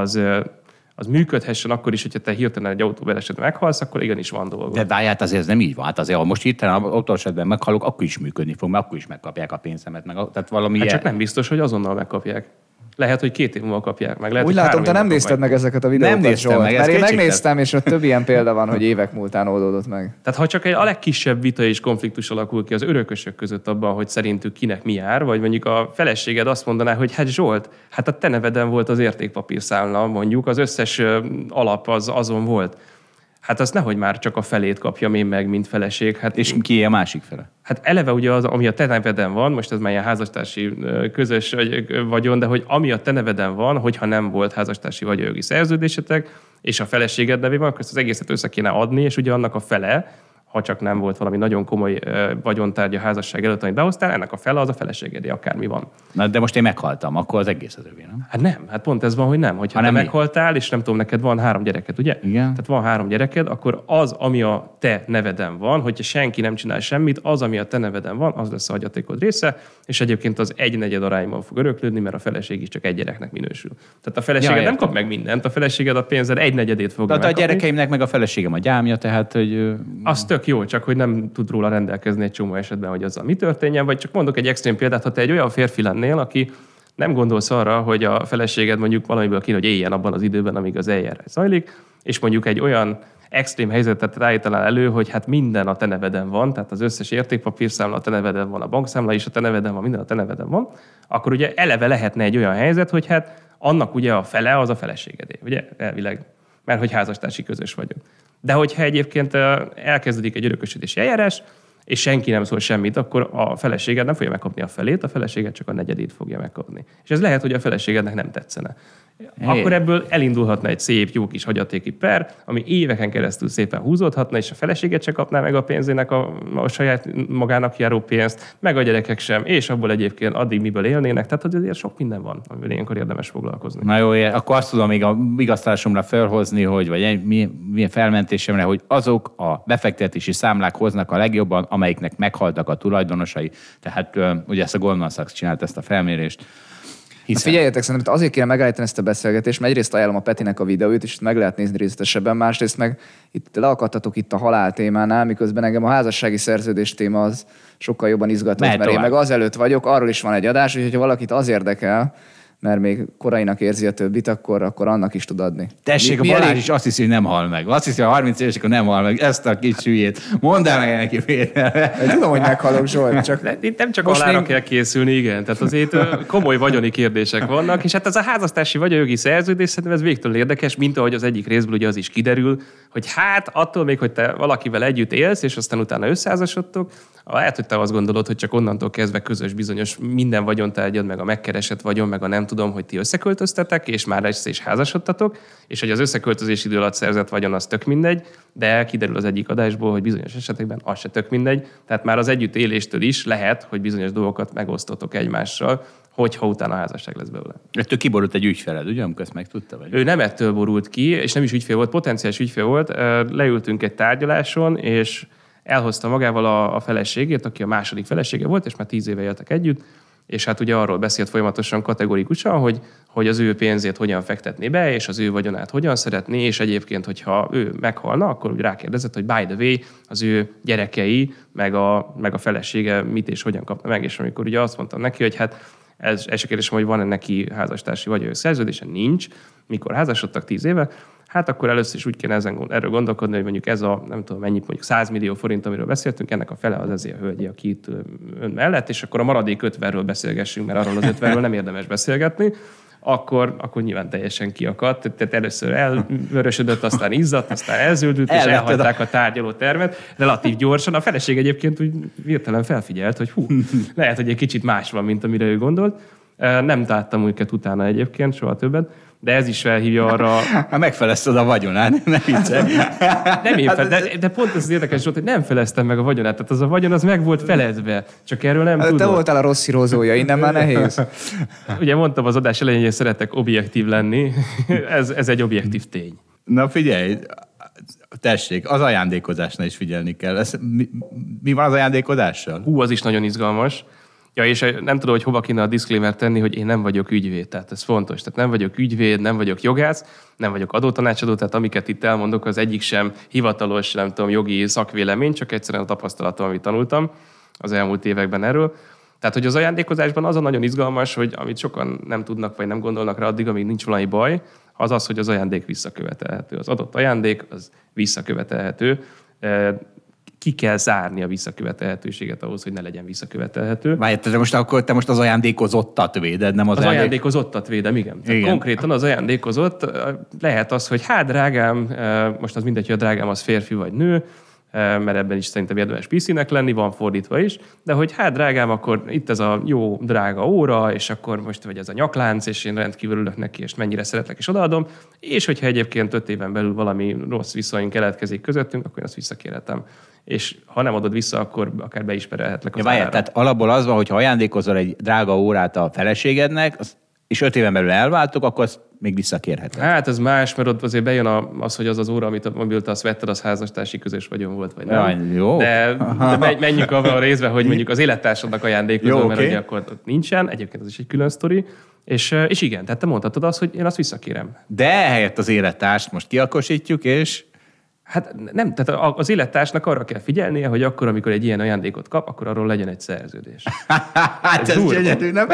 az működhessen akkor is, hogyha te hirtelen egy autóbalesetben meghalsz, akkor igenis van dolga. De várját, azért ez nem így van. Hát azért, ha most hirtelen autóbalesetben meghalok, akkor is működni fog, mert akkor is megkapják a pénzemet. Tehát valami hát csak nem biztos, hogy azonnal megkapják. Lehet, hogy 2 év múlva kapják meg. Lehet, úgy látom, te nem nézted meg ezeket a videókat, nem néztem meg, mert én megnéztem, és ott több ilyen példa van, hogy évek múltán oldódott meg. Tehát ha csak a legkisebb vita és konfliktus alakul ki az örökösök között abban, hogy szerintük kinek mi jár, vagy mondjuk a feleséged azt mondaná, hogy hát Zsolt, hát a te neveden volt az értékpapírszámla, mondjuk az összes alap azon volt. Hát azt nehogy már csak a felét kapjam én meg, mint feleség. Hát, és ki a másik fele? Hát eleve ugye az, ami a te neveden van, most ez már ilyen házastársi közös vagyon, de hogy ami a te neveden van, hogyha nem volt házastársi vagy jogi szerződésetek, és a feleséged nevében van, akkor ezt az egészet össze kéne adni, és ugye annak a fele, ha csak nem volt valami nagyon komoly vagyontárgya házasság előtt, amit behoztál, ennek a fele az a feleségedé, akármi van. Na, de most én meghaltam, akkor az egész az övé, nem? Hát nem, hát pont ez van, hogy nem. Hogyha te meghaltál, és nem tudom, neked van 3 gyereked, ugye? Igen. Tehát van 3 gyereked, akkor az, ami a te neveden van, hogyha senki nem csinál semmit, az, ami a te neveden van, az lesz a hagyatékod része, és egyébként az 1/4 arányban fog öröklődni, mert a feleség is csak egy gyereknek minősül. Tehát a feleséged nem kap meg mindent, a feleséged a pénzed 1/4 fogja megkapni. De a gyerekeimnek meg a feleségem a gyámja, tehát hogy az tök jó, csak hogy nem tud róla rendelkezni egy csomó esetben, hogy azzal mi történjen, vagy csak mondok egy extrém példát, ha te egy olyan férfi lennél, aki nem gondolsz arra, hogy a feleséged mondjuk valamiből kéne, hogy éljen abban az időben, amíg az eljárás zajlik, és mondjuk egy olyan extrém helyzetet ráállítanál elő, hogy hát minden a te neveden van, tehát az összes értékpapírszámla a te neveden van, a bankszámla is a te neveden van, minden a te neveden van, akkor ugye eleve lehetne egy olyan helyzet, hogy hát annak ugye a fele az a feleségedé, ugye elvileg, mert hogy házastársi közös vagyok. De hogyha egyébként elkezdődik egy örökösödési eljárás, és senki nem szól semmit, akkor a feleséged nem fogja megkapni a felét, a feleséged csak a 1/4 fogja megkapni. És ez lehet, hogy a feleségednek nem tetszene. Akkor ebből elindulhatna egy szép, jó kis hagyatéki per, ami éveken keresztül szépen húzódhatna, és a feleséget se kapná meg a pénzének a saját magának járó pénzt, meg a gyerekek sem, és abból egyébként addig miből élnének. Tehát azért sok minden van, amivel ilyenkor érdemes foglalkozni. Na jó, akkor azt tudom még a vigasztalásomra felhozni, hogy, vagy milyen felmentésemre, hogy azok a befektetési számlák hoznak a legjobban, amelyiknek meghaltak a tulajdonosai. Tehát ugye ezt a Goldman Sachs csinált ezt a felmérést. Hiszen... Figyeljetek, szerintem azért kéne megállítani ezt a beszélgetést, mert egyrészt ajánlom a Petinek a videóit, és itt meg lehet nézni részletesebben, másrészt meg itt leakadtatok itt a halál témánál, miközben engem a házassági szerződés téma az sokkal jobban izgatott, mert én meg azelőtt vagyok, arról is van egy adás, úgyhogy ha valakit az érdekel, mert még korainak érzi a többit, akkor annak is tud adni. Tessék, a Balázs is azt hiszi, hogy nem hal meg. Azt hiszi, hogy 30 éves, akkor nem hal meg. Ezt a kis hülyét. Mondd el meg neki félre. Tudom, hogy meghalok, Zsolt. Csak itt nem csak halára kell készülni, igen. Tehát azért komoly vagyoni kérdések vannak, és hát ez a házasztási vagy a jogi szerződés, szerintem ez végtelen érdekes, mint ahogy az egyik részből ugye az is kiderül, hogy hát attól még, hogy te valakivel együtt élsz, és aztán utána összeházasodtok, lehet, hogy te azt gondolod, hogy csak onnantól kezdve közös bizonyos minden vagyontárgyad, meg a megkeresett vagyon, meg a nem tudom, hogy ti összeköltöztetek, és már össze is házasodtatok, és hogy az összeköltözés idő alatt szerzett vagyon, az tök mindegy, de kiderül az egyik adásból, hogy bizonyos esetekben az se tök mindegy. Tehát már az együttéléstől is lehet, hogy bizonyos dolgokat megosztotok egymással, hogyha utána házasság lesz belőle. Ettől kiborult egy ügyfeled, ugye, amikor ezt megtudta? Vagy? Ő nem ettől borult ki, és nem is ügyfél volt, potenciális ügyfél volt. Leültünk egy tárgyaláson, és elhozta magával a feleségét, aki a második felesége volt, és már 10 éve éltek együtt, és hát ugye arról beszélt folyamatosan kategorikusan, hogy az ő pénzét hogyan fektetné be, és az ő vagyonát hogyan szeretné, és egyébként, hogyha ő meghalna, akkor úgy rákérdezett, hogy by the way, az ő gyerekei, meg a felesége mit és hogyan kapna meg, és amikor ugye azt mondtam neki, hogy hát ez se kérdésem, hogy van-e neki házastársi vagy szerződése, nincs, mikor házasodtak 10 éve, hát akkor először is úgy kéne erről gondolkodni, hogy mondjuk ez a, nem tudom mennyit, mondjuk 100 millió forint, amiről beszéltünk, ennek a fele az ezért a hölgyi, aki itt ön mellett, és akkor a maradék 50-ről beszélgessünk, mert arról az 50-ről nem érdemes beszélgetni, akkor nyilván teljesen kiakadt. Tehát először elvörösödött, aztán izzadt, aztán elzöldült, és elhagyták a tárgyaló termet relatív gyorsan. A feleség egyébként úgy hirtelen felfigyelt, hogy lehet, hogy egy kicsit más van, mint amire ő gondolt. Nem láttam őket utána egyébként, soha többet, de ez is felhívja arra... Hát megfelezted a vagyonát, ne viccelj. Nem én de pont ez az érdekes volt, hogy nem feleztem meg a vagyonát. Tehát az a vagyon az meg volt felezve, csak erről nem tudom. Te voltál a rossz szírozója, innen már nehéz. Ugye mondtam az adás elején, hogy szeretek objektív lenni. Ez egy objektív tény. Na figyelj, tessék, az ajándékozásnál is figyelni kell. Mi van az ajándékozással? Az is nagyon izgalmas. Ja, és nem tudom, hogy hova kéne a disclaimer tenni, hogy én nem vagyok ügyvéd, tehát ez fontos. Tehát nem vagyok ügyvéd, nem vagyok jogász, nem vagyok adótanácsadó, tehát amiket itt elmondok, az egyik sem hivatalos, nem tudom, jogi szakvélemény, csak egyszerűen a tapasztalatom, amit tanultam az elmúlt években erről. Tehát, hogy az ajándékozásban az a nagyon izgalmas, hogy amit sokan nem tudnak, vagy nem gondolnak rá addig, amíg nincs valami baj, az az, hogy az ajándék visszakövetelhető. Az adott ajándék az visszakövetelhető. Ki kell zárni a visszakövetelhetőséget ahhoz, hogy ne legyen visszakövetelhető. Várj, te most az ajándékozottat véded, nem az ajándékozottat védem, igen. Tehát konkrétan az ajándékozott lehet az, hogy hát drágám, most az mindegy, hogy a drágám az férfi vagy nő, mert ebben is szerintem érdemes PC-nek lenni, van fordítva is, de hogy hát drágám, akkor itt ez a jó, drága óra, és akkor most vagy ez a nyaklánc, és én rendkívül örülök neki, és mennyire szeretlek, és odaadom, és hogyha egyébként 5 éven belül valami rossz viszony keletkezik közöttünk, akkor én azt visszakérhetem. És ha nem adod vissza, akkor akár be is perelhetlek az árára. Tehát alapból az van, hogy ha ajándékozol egy drága órát a feleségednek, és 5 éven belül elváltok, akkor azt még visszakérheted. Hát ez más, mert ott azért bejön az, hogy az az óra, amit a mobilt azt vetted, az házastársi közös vagyon volt, vagy nem. Ja, jó. De menjünk abban a részbe, hogy mondjuk az élettársadnak ajándékozol, jó, mert ugye akkor ott nincsen. Egyébként az is egy külön sztori. És igen, tehát te mondhatod azt, hogy én azt visszakérem. De helyett az élettárst most kiakosítjuk, és... Hát nem, tehát az élettársnak arra kell figyelnie, hogy akkor, amikor egy ilyen ajándékot kap, akkor arról legyen egy szerződés. Hát ez gyönyörű, nem?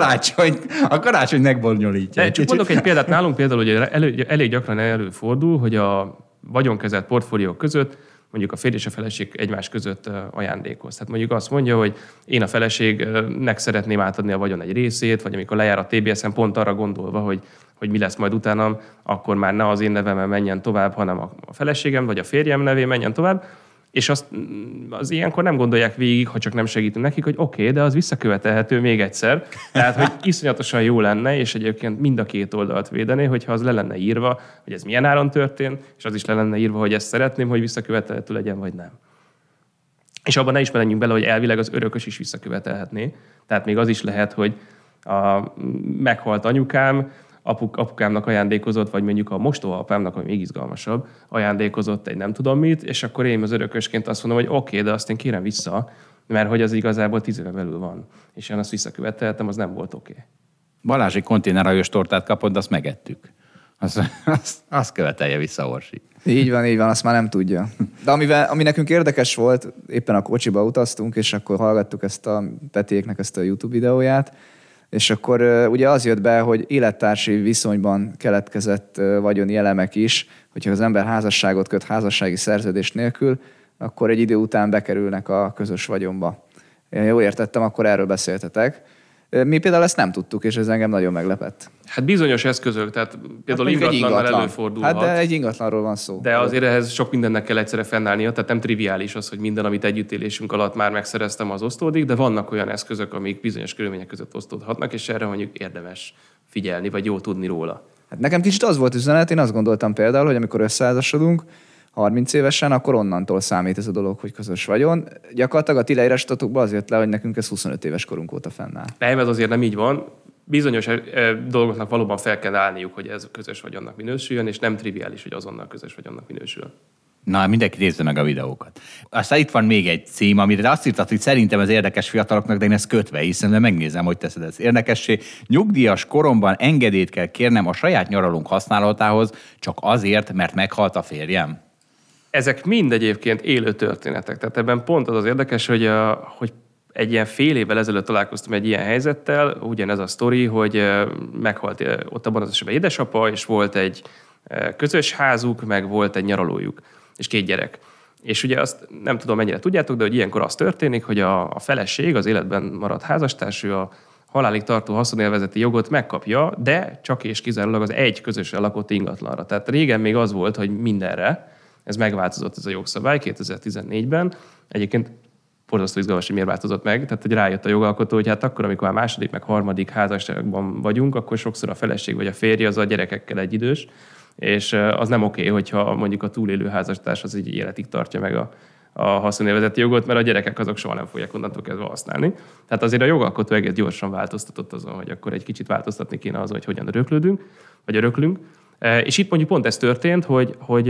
A karácsony megbonyolítja. De csak mondok egy példát. Nálunk például, hogy elég gyakran előfordul, hogy a vagyonkezelt portfóliók között mondjuk a férj és a feleség egymás között ajándékoz. Tehát mondjuk azt mondja, hogy én a feleségnek szeretném átadni a vagyon egy részét, vagy amikor lejár a TBS-en pont arra gondolva, hogy mi lesz majd utánam, akkor már ne az én nevemmel menjen tovább, hanem a feleségem vagy a férjem nevén menjen tovább. És azt az ilyenkor nem gondolják végig, ha csak nem segítünk nekik, hogy oké, de az visszakövetelhető még egyszer. Tehát, hogy iszonyatosan jó lenne, és egyébként mind a két oldalt védené, hogyha az le lenne írva, hogy ez milyen áron történt, és az is le lenne írva, hogy ezt szeretném, hogy visszakövetelhető legyen, vagy nem. És abban ne is menjünk bele, hogy elvileg az örökös is visszakövetelhetné. Tehát még az is lehet, hogy a meghalt anyukám, apukámnak ajándékozott, vagy mondjuk a mostohaapámnak, ami még izgalmasabb, ajándékozott egy nem tudom mit, és akkor én az örökösként azt mondom, hogy oké, de azt én kérem vissza, mert hogy az igazából 10 éven belül van. És én azt visszaköveteltem, az nem volt oké. Balázs egy konténerhajós tortát kapott, azt megettük. Azt követelje vissza Orsi. Így van, azt már nem tudja. De ami nekünk érdekes volt, éppen a kocsiba utaztunk, és akkor hallgattuk ezt a Petiéknek ezt a YouTube videóját, és akkor ugye az jött be, hogy élettársi viszonyban keletkezett vagyoni elemek is, hogyha az ember házasságot köt házassági szerződés nélkül, akkor egy idő után bekerülnek a közös vagyonba. Én jól értettem, akkor erről beszéltetek. Mi például ezt nem tudtuk, és ez engem nagyon meglepett. Hát bizonyos eszközök, tehát például ingatlannal előfordulhat. Hát de egy ingatlanról van szó. De azért ehhez sok mindennek kell egyszerre fennállnia, tehát nem triviális az, hogy minden, amit együttélésünk alatt már megszereztem, az osztódik, de vannak olyan eszközök, amik bizonyos körülmények között osztódhatnak, és erre mondjuk érdemes figyelni, vagy jó tudni róla. Hát nekem kicsit az volt üzenet, én azt gondoltam például, hogy amikor összeházasodunk, 30 évesen, akkor onnantól számít ez a dolog, hogy közös vagyon. Gyakorlatilag a ti leírásatokban az jött le, hogy nekünk ez 25 éves korunk óta fennáll. Nem, ez azért nem így van. Bizonyos dolgoknak valóban fel kell állniuk, hogy ez közös vagyonnak minősüljön, és nem triviális, hogy azonnal közös vagyonnak minősül. Na, mindenki nézze meg a videókat. Aztán itt van még egy cím, amire azt írtad, hogy szerintem ez érdekes fiataloknak, de én ezt kötve hiszem, de megnézem, hogy teszed ezt érdekessé. Nyugdíjas koromban engedélyt kell kérnem a saját nyaralónk használatához, csak azért, mert meghalt a férjem. Ezek mind egyébként élő történetek. Tehát ebben pont az érdekes, hogy egy ilyen fél évvel ezelőtt találkoztam egy ilyen helyzettel, ugyanez a sztori, hogy meghalt ott abban az esetben édesapa, és volt egy közös házuk, meg volt egy nyaralójuk, és 2 gyerek. És ugye azt nem tudom, mennyire tudjátok, de hogy ilyenkor az történik, hogy a feleség, az életben maradt házastárs, ő a halálig tartó haszonélvezeti jogot megkapja, de csak és kizárólag az egy közösen lakott ingatlanra. Tehát régen még az volt, hogy mindenre, ez megváltozott ez a jogszabály 2014-ben. Egyébként borzasztó izgalmas, hogy miért változott meg. Tehát, hogy rájött a jogalkotó, hogy hát akkor, amikor a második, meg harmadik házasságban vagyunk, akkor sokszor a feleség vagy a férje az a gyerekekkel egyidős, és az nem oké, hogyha mondjuk a túlélő házastárs az egy életig tartja meg a haszonélvezeti jogot, mert a gyerekek azok soha nem fogják onnantól kezdve használni. Tehát azért a jogalkotó egész gyorsan változtatott azon, hogy akkor egy kicsit változtatni kéne azon, hogy hogyan öröklünk. És itt mondjuk pont ez történt, hogy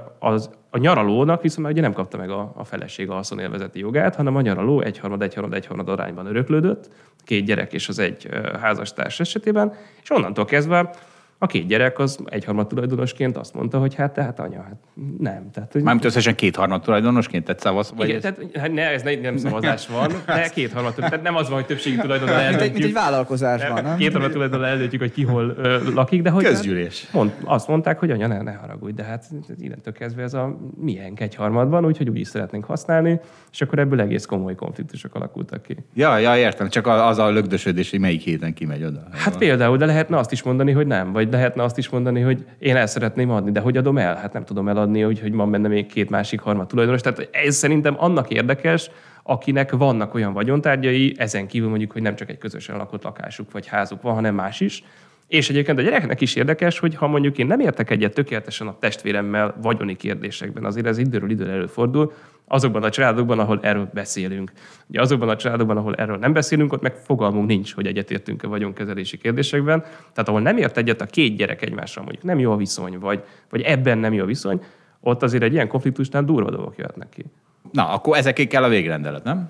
a nyaralónak viszont ugye nem kapta meg a feleség a haszonélvezeti jogát, hanem a nyaraló egyharmad arányban öröklődött, 2 gyerek és az egy házastárs esetében, és onnantól kezdve a 2 gyerek az egyharmad tulajdonosként azt mondta, hogy hát anya, hát nem. Mármint összesen 2/3 tulajdonosként tett szavaz? Igen, tehát ez nem szavazás van, de 2/3, tehát nem az van, hogy többségi tulajdonnal eldöntjük. Mint egy vállalkozásban, nem? 2/3 tulajdonnal eldöntjük, hogy ki hol lakik, de hogy... Közgyűlés. Azt mondták, hogy anya, ne haragudj, de hát innentől kezdve ez a miénk 1/3, úgyhogy úgy is szeretnénk használni, és akkor ebből egész komoly konfliktusok alakultak ki. Ja, értem, csak az a lögdösödés, hogy melyik héten kimegy oda. Hát például, de lehetne azt is mondani, hogy nem, vagy lehetne azt is mondani, hogy én el szeretném adni, de hogy adom el? Hát nem tudom eladni, hogy van benne még 2 másik harmad tulajdonos. Tehát ez szerintem annak érdekes, akinek vannak olyan vagyontárgyai, ezen kívül mondjuk, hogy nem csak egy közösen lakott lakásuk vagy házuk van, hanem más is. És egyébként a gyereknek is érdekes, hogy ha mondjuk én nem értek egyet tökéletesen a testvéremmel vagyoni kérdésekben, azért ez időről időre előfordul, azokban a családokban, ahol erről beszélünk. Ugye azokban a családokban, ahol erről nem beszélünk, ott meg fogalmunk nincs, hogy egyetértünk-e vagyonkezelési kérdésekben. Tehát ahol nem ért egyet a 2 gyerek egymással, mondjuk nem jó a viszony, vagy ebben nem jó a viszony, ott azért egy ilyen konfliktusnál durva dolgok jöhetnek ki. Na, akkor ezekig kell a végrendelet, nem?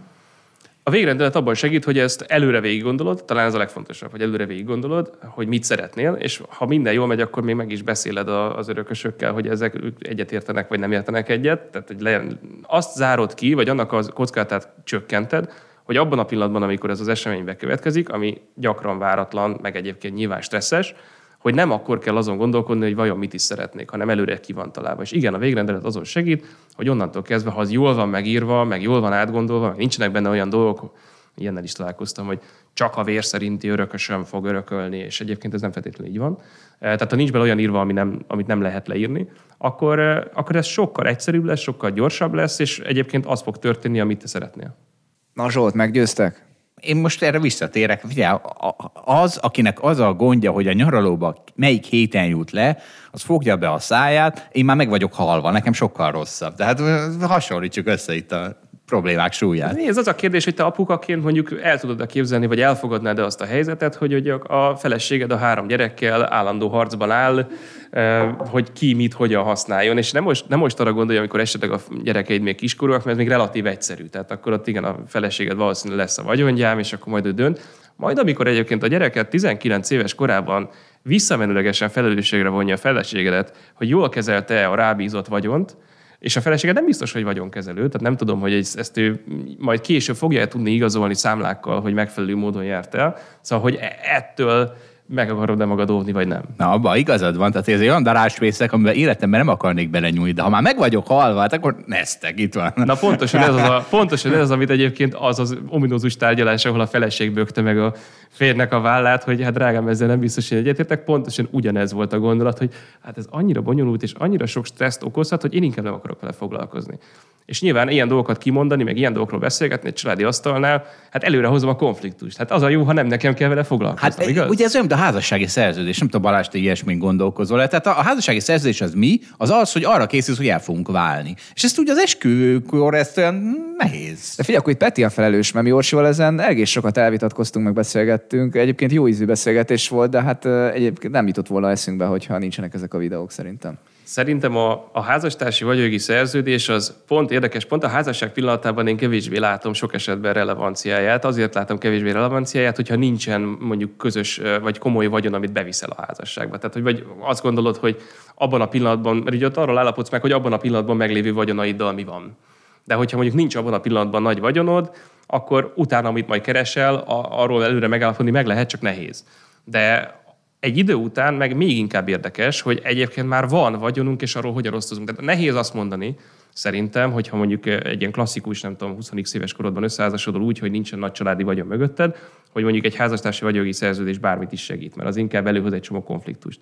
A végrendelet abban segít, hogy ezt előre végig gondolod, talán ez a legfontosabb, hogy előre végig gondolod, hogy mit szeretnél, és ha minden jól megy, akkor még meg is beszéled az örökösökkel, hogy ezek egyet értenek, vagy nem értenek egyet. Tehát, hogy azt zárod ki, vagy annak a kockázatát csökkented, hogy abban a pillanatban, amikor ez az esemény bekövetkezik, ami gyakran váratlan, meg egyébként nyilván stresszes, hogy nem akkor kell azon gondolkodni, hogy vajon mit is szeretnék, hanem előre ki van találva. És igen, a végrendelet azon segít, hogy onnantól kezdve, ha az jól van megírva, meg jól van átgondolva, meg nincsenek benne olyan dolgok, ilyennel is találkoztam, hogy csak a vér szerinti örökösöm fog örökölni, és egyébként ez nem feltétlenül így van. Tehát ha nincs benne olyan írva, amit nem lehet leírni, akkor ez sokkal egyszerűbb lesz, sokkal gyorsabb lesz, és egyébként az fog történni, amit te szeretnél. Na Zsolt, meggyőztek? Én most erre visszatérek. Figyelj, az, akinek az a gondja, hogy a nyaralóba melyik héten jut le, az fogja be a száját, én már meg vagyok halva, nekem sokkal rosszabb. Tehát hasonlítsuk össze itt a problémák súlyát. Ez az a kérdés, hogy te apukaként mondjuk el tudod-e képzelni, vagy elfogadnád-e azt a helyzetet, hogy a feleséged a 3 gyerekkel állandó harcban áll, hogy ki mit hogyan használjon, és nem most arra gondolja, amikor esetleg a gyerekeid még kiskorúak, mert ez még relatív egyszerű. Tehát akkor ott igen, a feleséged valószínűleg lesz a vagyongyám, és akkor majd ő dönt, Majd amikor egyébként a gyereket 19 éves korában visszamenőlegesen felelősségre vonja a feleségedet, hogy jól kezelte a rábízott vagyont, és a feleséged nem biztos, hogy vagyonkezelő, tehát nem tudom, hogy ezt ő majd később fogja tudni igazolni számlákkal, hogy megfelelő módon járt el. Szóval, hogy ettől meg akarod-e magad óvni, vagy nem? Na, abban igazad van, tehát ez egy olyan darásvészek, amiben életemben nem akarnék belenyúlni, de ha már meg vagyok halva, hát akkor neztek, itt van. Na pontosan ez az, amit egyébként az ominózus tárgyalás, ahol a feleség bökte meg a férnek a vállát, hogy hát drágám, ezzel nem biztos, hogy egyetértek. Pontosan ugyanez volt a gondolat, hogy hát ez annyira bonyolult és annyira sok stresszt okozhat, hogy én inkább nem akarok vele foglalkozni. És nyilván ilyen dolgokat kimondani, meg ilyen dolgokról beszélgetni egy családi asztalnál, hát előre hozom a konfliktust. Hát az a jó, ha nem nekem kell vele foglalkozni, Hát igaz? ugye ez olyan, mint a házassági szerződés. Nem tudom, Balázs, te ilyesmin gondolkozol. Tehát a házassági szerződés az mi? Az, hogy arra készülsz, hogy el fogunk válni. És ezt ugye az esküvőkor ezt olyan nehéz. De figyelj, akkor itt Peti a felelős, mert mi Orsival ezen egész sokat elvitatkoztunk, meg beszélgettünk. Egyébként jó ízű beszélgetés volt, de hát egyébként nem jutott volna eszünkbe, hogyha nincsenek ezek a videók szerintem. Szerintem a házastársi vagyonjogi szerződés az pont érdekes, pont a házasság pillanatában én kevésbé látom sok esetben relevanciáját. Azért látom kevésbé relevanciáját, hogyha nincsen mondjuk közös vagy komoly vagyon, amit beviszel a házasságba. Tehát, hogy vagy azt gondolod, hogy abban a pillanatban, mert ugye ott arról állapodsz meg, hogy abban a pillanatban meglévő vagyonaiddal mi van. De hogyha mondjuk nincs abban a pillanatban nagy vagyonod, akkor utána, amit majd keresel, arról előre megállapodni meg lehet, csak nehéz. De egy idő után meg még inkább érdekes, hogy egyébként már van vagyonunk, és arról hogyan osztozunk. Tehát nehéz azt mondani, szerintem, hogyha mondjuk egy ilyen klasszikus, nem tudom, 20 éves korodban összeházasodol úgy, hogy nincsen nagy családi vagyon mögötted, hogy mondjuk egy házastársi vagyonjogi szerződés bármit is segít, mert az inkább előhoz egy csomó konfliktust.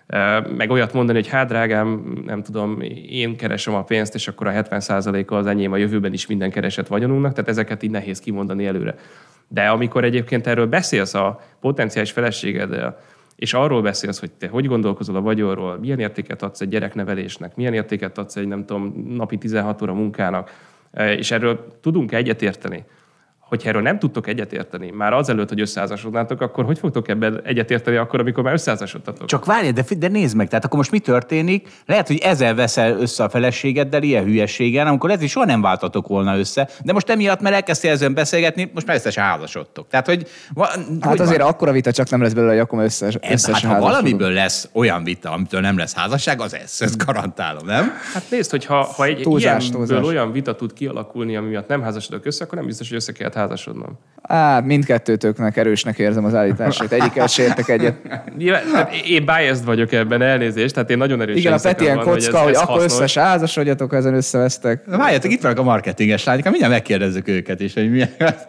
Meg olyat mondani, hogy hát drágám, nem tudom, én keresem a pénzt, és akkor a 70%-a az enyém a jövőben is minden keresett vagyonunknak, tehát ezeket így nehéz kimondani előre. De amikor egyébként erről beszélsz a potenciális feleségeddel, és arról beszélsz, hogy te hogy gondolkozol a vagyonról, milyen értéket adsz egy gyereknevelésnek, milyen értéket adsz egy, nem tudom, napi 16 óra munkának, és erről tudunk egyetérteni. Hogyha erről nem tudtok egyetérteni, már azelőtt, hogy összeházasodnátok, akkor hogy fogtok ebben egyetérteni akkor, amikor már összeházasodtatok? Csak várj, de nézd meg, tehát akkor most mi történik? Lehet, hogy ezzel veszel össze a feleségeddel ilyen hülyességen, amikor ez is soha nem váltatok volna össze, de most emiatt, mert elkezdtél ezen beszélgetni, most már össze se házasodtok. Tehát, hogy Hát azért akkora vita csak nem lesz belőle, hogy akkor összes hát, ha valamiből lesz olyan vita, amitől nem lesz házasság, az ez, ezt garantálom, nem? Hát nézd, hogy ha egy Túlzás. olyan vita tud kialakulni, ami miatt nem házasodok össze, akkor nem biztos, hogy össze kellett házasodnom. Mindkettőtöknek erősnek érzem az állítását. Egyikkel se értek egyet. Hát én biased vagyok ebben, elnézést, tehát én nagyon erősen Igen, a Peti ilyen kocka, hogy akkor hasznos. összes házasodjatok, ha ezen összevesztek. Várjatok, itt vannak a marketinges lányok, mindjárt megkérdezzük őket is, hogy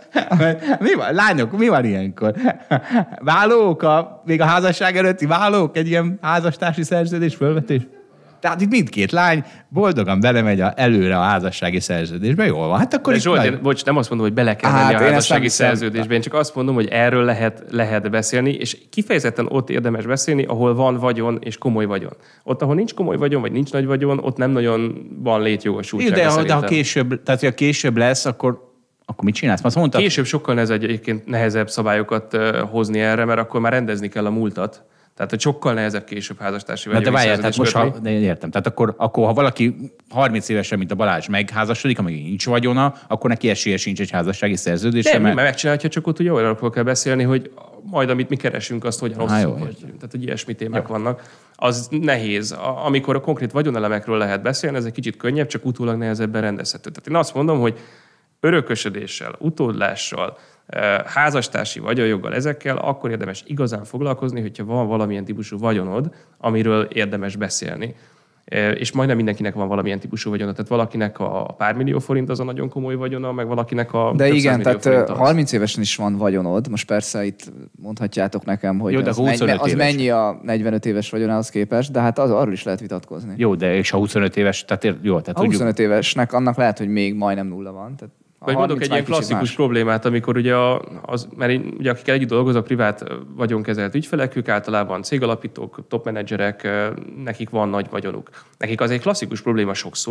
mi van, lányok, mi van ilyenkor? Válók, még a házasság előtti válók, egy ilyen házastársi szerződés fölvetés? Tehát itt mindkét lány boldogan belemegy előre a házassági szerződésbe, jól van. Hát akkor De Zsolt, bocs, nem azt mondom, hogy bele kell menni a én házassági ezt nem szerződésbe, én csak azt mondom, hogy erről lehet beszélni, és kifejezetten ott érdemes beszélni, ahol van vagyon és komoly vagyon. Ott, ahol nincs komoly vagyon, vagy nincs nagy vagyon, ott nem nagyon van létjogosultsága. De ha később, tehát ha később lesz, akkor mit csinálsz? Azt mondtad? Később sokkal nehezebb szabályokat hozni erre, mert akkor már rendezni kell a múltat. Tehát, hogy sokkal nehezebb később házastársi vagy. De várjál, tehát most értem. Tehát akkor, ha valaki 30 évesen, mint a Balázs megházassodik, amíg nincs vagyona, akkor neki esélye sincs egy házassági szerződésre. Nem, mert megcsinálhatja, csak ott ugye olyanokról kell beszélni, hogy majd, amit mi keresünk, azt hogyan osszuk. Tehát, hogy ilyesmi témák vannak. Az nehéz. Amikor a konkrét vagyonelemekről lehet beszélni, ez egy kicsit könnyebb, csak utólag nehezebben rendezhető. Tehát én azt mondom, hogy örökösödéssel, utódlással, házastársi vagyonjoggal, ezekkel akkor érdemes igazán foglalkozni, hogyha van valamilyen típusú vagyonod, amiről érdemes beszélni. És majdnem mindenkinek van valamilyen típusú vagyona. Tehát valakinek a pár millió forint az a nagyon komoly vagyona, meg valakinek a De igen, tehát 30 30 évesen is van vagyonod. Most persze itt mondhatjátok nekem, hogy jó, de az mennyi a 45 éves vagyonához képest, de hát arról is lehet vitatkozni. Jó, de és ha 25 éves, tehát jó. Tehát a 25 évesnek annak lehet, hogy még majdnem nulla van. Tehát vagy mondok egy ilyen klasszikus problémát, amikor ugye mert én, ugye akikkel együtt dolgozok, privát vagyonkezelt ügyfelek, ők általában cégalapítók, topmenedzserek, nekik van nagy vagyonuk. Nekik az egy klasszikus probléma sokszor,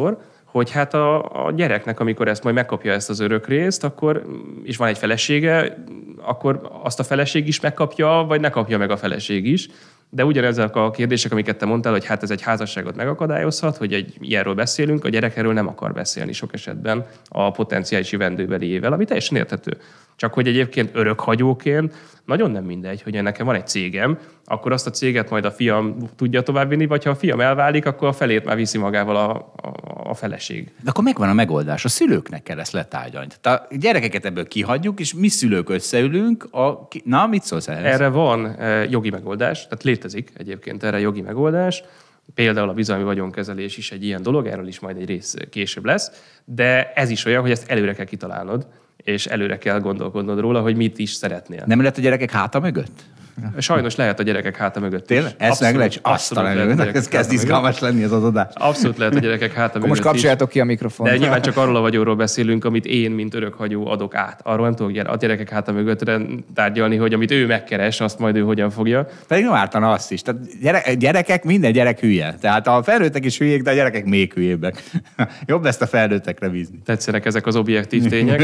hogy hát a gyereknek, amikor ezt majd megkapja ezt az örökrészt, akkor, és van egy felesége, akkor azt a feleség is megkapja, vagy ne kapja meg a feleség is. De ugyanezek a kérdések, amiket te mondtál, hogy hát ez egy házasságot megakadályozhat, hogy egy ilyenről beszélünk, a gyerek erről nem akar beszélni sok esetben a potenciális jövendőbeliével, ami teljesen érthető. Csak hogy egyébként örökhagyóként nagyon nem mindegy, hogy nekem van egy cégem, akkor azt a céget majd a fiam tudja továbbvinni, vagy ha a fiam elválik, akkor a felét már viszi magával a feleség. De akkor megvan a megoldás. A szülőknek kell ezt letárgyalni. Tehát a gyerekeket ebből kihagyjuk, és mi szülők összeülünk. Na, mit szólsz ehhez? Erre van jogi megoldás, tehát létezik egyébként erre jogi megoldás. Például a bizalmi vagyonkezelés is egy ilyen dolog, erről is majd egy rész később lesz, de ez is olyan, hogy ezt előre kell kitalálnod, és előre kell gondolkodnod róla, hogy mit is szeretnél. Nem lehet a gyerekek háta mögött? Sajnos lehet a gyerekek háta mögött Tényleg? Ezt meg lehet, ez kezd izgalmas lenni az adás. Abszolút lehet a gyerekek háta mögött Most kapcsoljátok ki a mikrofont. De nyilván csak arról a vagyonról beszélünk, amit én, mint örökhagyó adok át. Arról nem tudok a gyerekek háta mögöttre tárgyalni, hogy amit ő megkeres, azt majd ő hogyan fogja. Pedig nem ártana azt is. Tehát gyerekek, minden gyerek hülye. Tehát a felnőttek is hülyék, de a gyerekek még hülyébbek. Jobb ezt a felnőttekre bízni. Tetszenek ezek az objektív tények.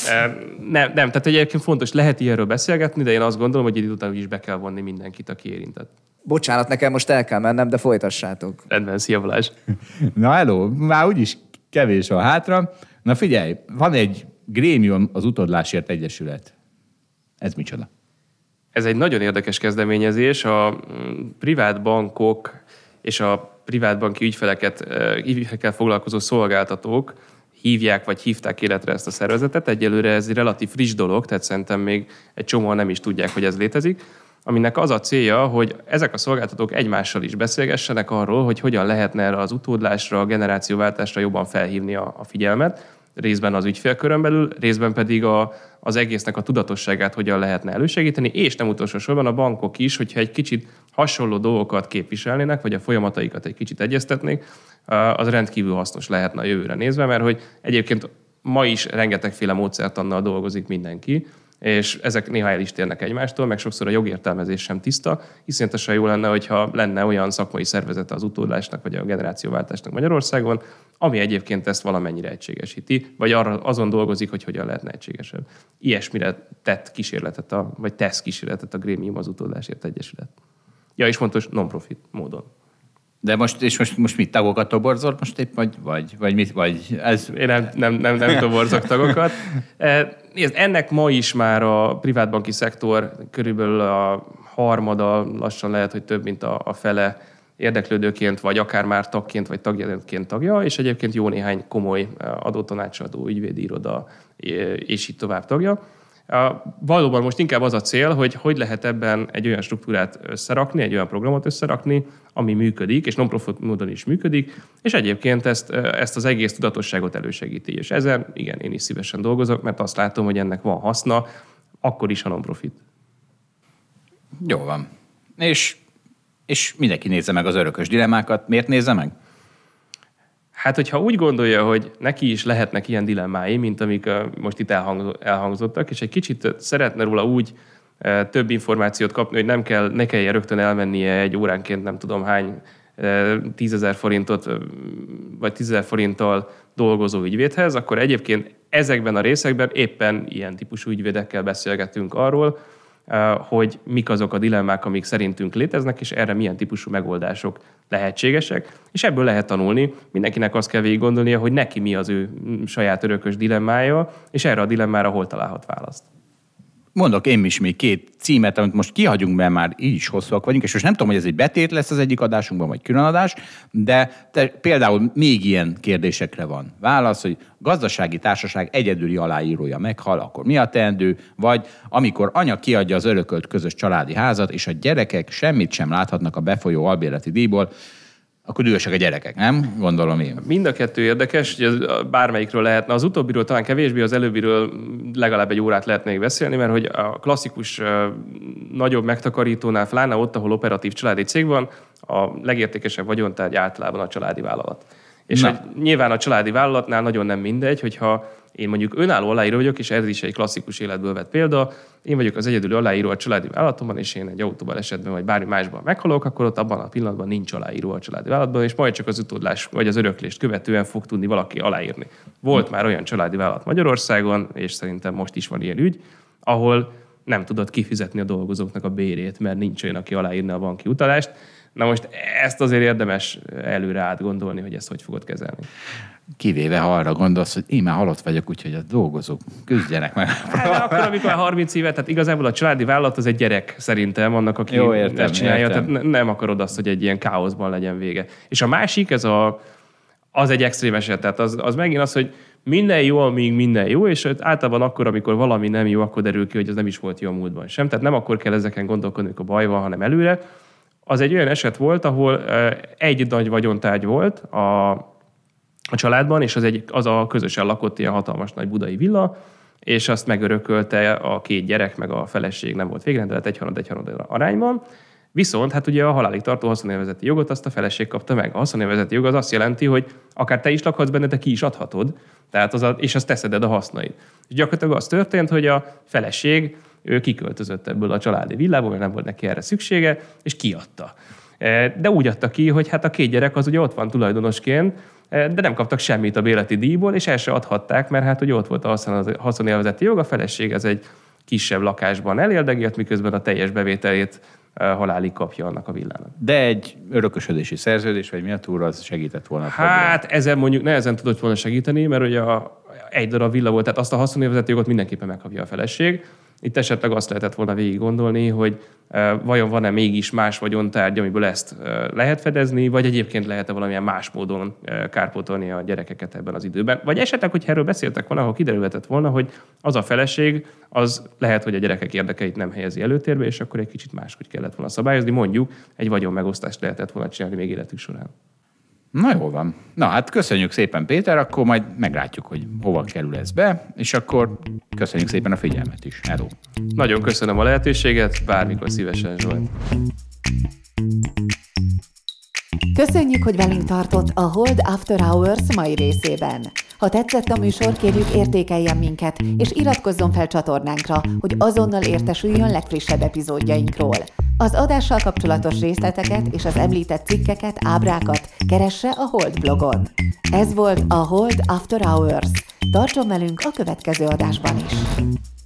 Nem, tehát egyébként fontos, lehet ilyenről beszélgetni, de én azt gondolom, hogy idő után is be kell vonni mindenkit, aki érintett. Bocsánat, nekem most el kell mennem, de folytassátok. Rendben, szia Balázs. Na hello, már úgyis kevés van hátra. Na figyelj, van egy grémium, az Utódlásért Egyesület. Ez micsoda? Ez egy nagyon érdekes kezdeményezés. A privát bankok és a privátbanki ügyfelekkel foglalkozó szolgáltatók hívják, vagy hívták életre ezt a szervezetet. Egyelőre ez egy relatív friss dolog, tehát szerintem még egy csomóan nem is tudják, hogy ez létezik, aminek az a célja, hogy ezek a szolgáltatók egymással is beszélgessenek arról, hogy hogyan lehetne erre az utódlásra, a generációváltásra jobban felhívni a figyelmet, részben az ügyfélkörön belül, részben pedig az egésznek a tudatosságát hogyan lehetne elősegíteni, és nem utolsó sorban a bankok is, hogyha egy kicsit hasonló dolgokat képviselnének, vagy a folyamataikat egy kicsit egyeztetnék, az rendkívül hasznos lehetne a jövőre nézve, mert hogy egyébként ma is rengetegféle módszertannal dolgozik mindenki, és ezek néha el is térnek egymástól, meg sokszor a jogértelmezés sem tiszta. Iszonyatosan jó lenne, hogyha lenne olyan szakmai szervezete az utódlásnak, vagy a generációváltásnak Magyarországon, ami egyébként ezt valamennyire egységesíti, vagy azon dolgozik, hogy hogyan lehetne egységesebb. Ilyesmire tesz kísérletet a Grémium, az Utódlásért Egyesület. Ja, és fontos non-profit módon. De most mit, tagokat toborzol most épp, vagy mit, vagy ez? Én nem toborzok tagokat. Nézd, ennek ma is már a privátbanki szektor körülbelül a harmada, lassan lehet, hogy több, mint a fele érdeklődőként, vagy akár már tagként, vagy tagjaként tagja, és egyébként jó néhány komoly adótanácsadó, ügyvédi iroda, és így tovább tagja. Valóban most inkább az a cél, hogy lehet ebben egy olyan struktúrát összerakni, egy olyan programot összerakni, ami működik, és non-profit módon is működik, és egyébként ezt az egész tudatosságot elősegíti. És ezen, igen, én is szívesen dolgozok, mert azt látom, hogy ennek van haszna, akkor is a non-profit. Jó van. És mindenki nézze meg az örökös dilemmákat. Miért nézze meg? Hát, hogyha úgy gondolja, hogy neki is lehetnek ilyen dilemmái, mint amik most itt elhangzottak, és egy kicsit szeretne róla úgy több információt kapni, hogy ne kelljen rögtön elmennie egy óránként nem tudom hány 10 000 forintot, vagy 10 000 forinttal dolgozó ügyvédhez, akkor egyébként ezekben a részekben éppen ilyen típusú ügyvédekkel beszélgetünk arról, hogy mik azok a dilemmák, amik szerintünk léteznek, és erre milyen típusú megoldások lehetségesek, és ebből lehet tanulni. Mindenkinek azt kell végig gondolnia, hogy neki mi az ő saját örökös dilemmája, és erre a dilemmára hol találhat választ. Mondok én is még 2 címet, amit most kihagyunk, mert már így is hosszúak vagyunk, és most nem tudom, hogy ez egy betét lesz az egyik adásunkban, vagy különadás, de például még ilyen kérdésekre van válasz, hogy gazdasági társaság egyedüli aláírója meghal, akkor mi a teendő, vagy amikor anya kiadja az örökölt közös családi házat, és a gyerekek semmit sem láthatnak a befolyó albérleti díjból, akkor dühösek a gyerekek, nem? Gondolom én. Mind a kettő érdekes, hogy bármelyikről lehetne. Az utóbbiról talán kevésbé, az előbbiről legalább egy órát lehet még beszélni, mert hogy a klasszikus nagyobb megtakarítónál, pláne ott, ahol operatív családi cég van, a legértékesebb vagyontárgy általában a családi vállalat. És hogy nyilván a családi vállalatnál nagyon nem mindegy, hogyha én mondjuk önálló aláíró vagyok, és ez is egy klasszikus életből vett példa, én vagyok az egyedüli aláíró a családi vállalatomban, és én egy autóban esetben, vagy bármi másban meghalok, akkor ott abban a pillanatban nincs aláíró a családi vállalatban, és majd csak az utódlás vagy az öröklést követően fog tudni valaki aláírni. Volt már olyan családi vállalat Magyarországon, és szerintem most is van ilyen ügy, ahol nem tudod kifizetni a dolgozóknak a bérét, mert nincs olyan, aki aláírna a banki utalást. Na most ezt azért érdemes előre átgondolni, hogy ezt hogy fogod kezelni. Kivéve, ha arra gondolsz, hogy én már halott vagyok, úgyhogy a dolgozók küzdjenek meg. Hát, akkor, amikor 30 évet, tehát igazából a családi vállalat az egy gyerek szerintem annak, aki ezt csinálja. Tehát nem akarod azt, hogy egy ilyen káoszban legyen vége. És a másik, az egy extrém eset. Tehát az megint az, hogy minden jó, amíg minden jó, és általában akkor, amikor valami nem jó, akkor derül ki, hogy az nem is volt jó a múltban sem. Tehát nem akkor kell ezeken gondolkodni, hogy a baj van, hanem előre. Az egy olyan eset volt, ahol egy nagy vagyontárgy volt a családban, és az a közösen lakott ilyen hatalmas nagy budai villa, és azt megörökölte a 2 gyerek, meg a feleség, nem volt végrendelet, egyharmad arányban. Viszont hát ugye a halálig tartó haszonélvezeti jogot azt a feleség kapta meg. A haszonélvezeti jog az azt jelenti, hogy akár te is lakhatsz benne, de ki is adhatod, tehát és azt teszeded a hasznait. És gyakorlatilag az történt, hogy a feleség ő kiköltözött ebből a családi villából, mert nem volt neki erre szüksége, és kiadta. De úgy adta ki, hogy hát a 2 gyerek az ugye ott van tulajdonosként, de nem kaptak semmit a béleti díjból, és el se adhatták, mert hát ugye ott volt a haszonélvezeti jog, a feleség ez egy kisebb lakásban eléldegélt, miközben a teljes bevételét halálig kapja annak a villának. De egy örökösödési szerződés, vagy mi a túra, az segített volna. Hát ezen mondjuk nehezen tudott volna segíteni, mert ugye egy darab villa volt, tehát azt a haszonélvezeti jogot mindenképpen megkapja a feleség. Itt esetleg azt lehetett volna végig gondolni, hogy vajon van-e mégis más vagyontárgy, amiből ezt lehet fedezni, vagy egyébként lehet-e valamilyen más módon kárpótolni a gyerekeket ebben az időben. Vagy esetleg, hogy erről beszéltek volna, ahol kiderülhetett volna, hogy az a feleség, az lehet, hogy a gyerekek érdekeit nem helyezi előtérbe, és akkor egy kicsit máshogy kellett volna szabályozni. Mondjuk egy vagyonmegosztást lehetett volna csinálni még életük során. Na jól van. Na hát köszönjük szépen, Péter, akkor majd meglátjuk, hogy hova kerül ez be, és akkor köszönjük szépen a figyelmet is. Hello. Nagyon köszönöm a lehetőséget, bármikor szívesen, Zsolt. Köszönjük, hogy velünk tartott a Hold After Hours mai részében. Ha tetszett a műsor, kérjük értékeljen minket, és iratkozzon fel csatornánkra, hogy azonnal értesüljön legfrissebb epizódjainkról. Az adással kapcsolatos részleteket és az említett cikkeket, ábrákat keresse a Hold blogon. Ez volt a Hold After Hours. Tartson velünk a következő adásban is!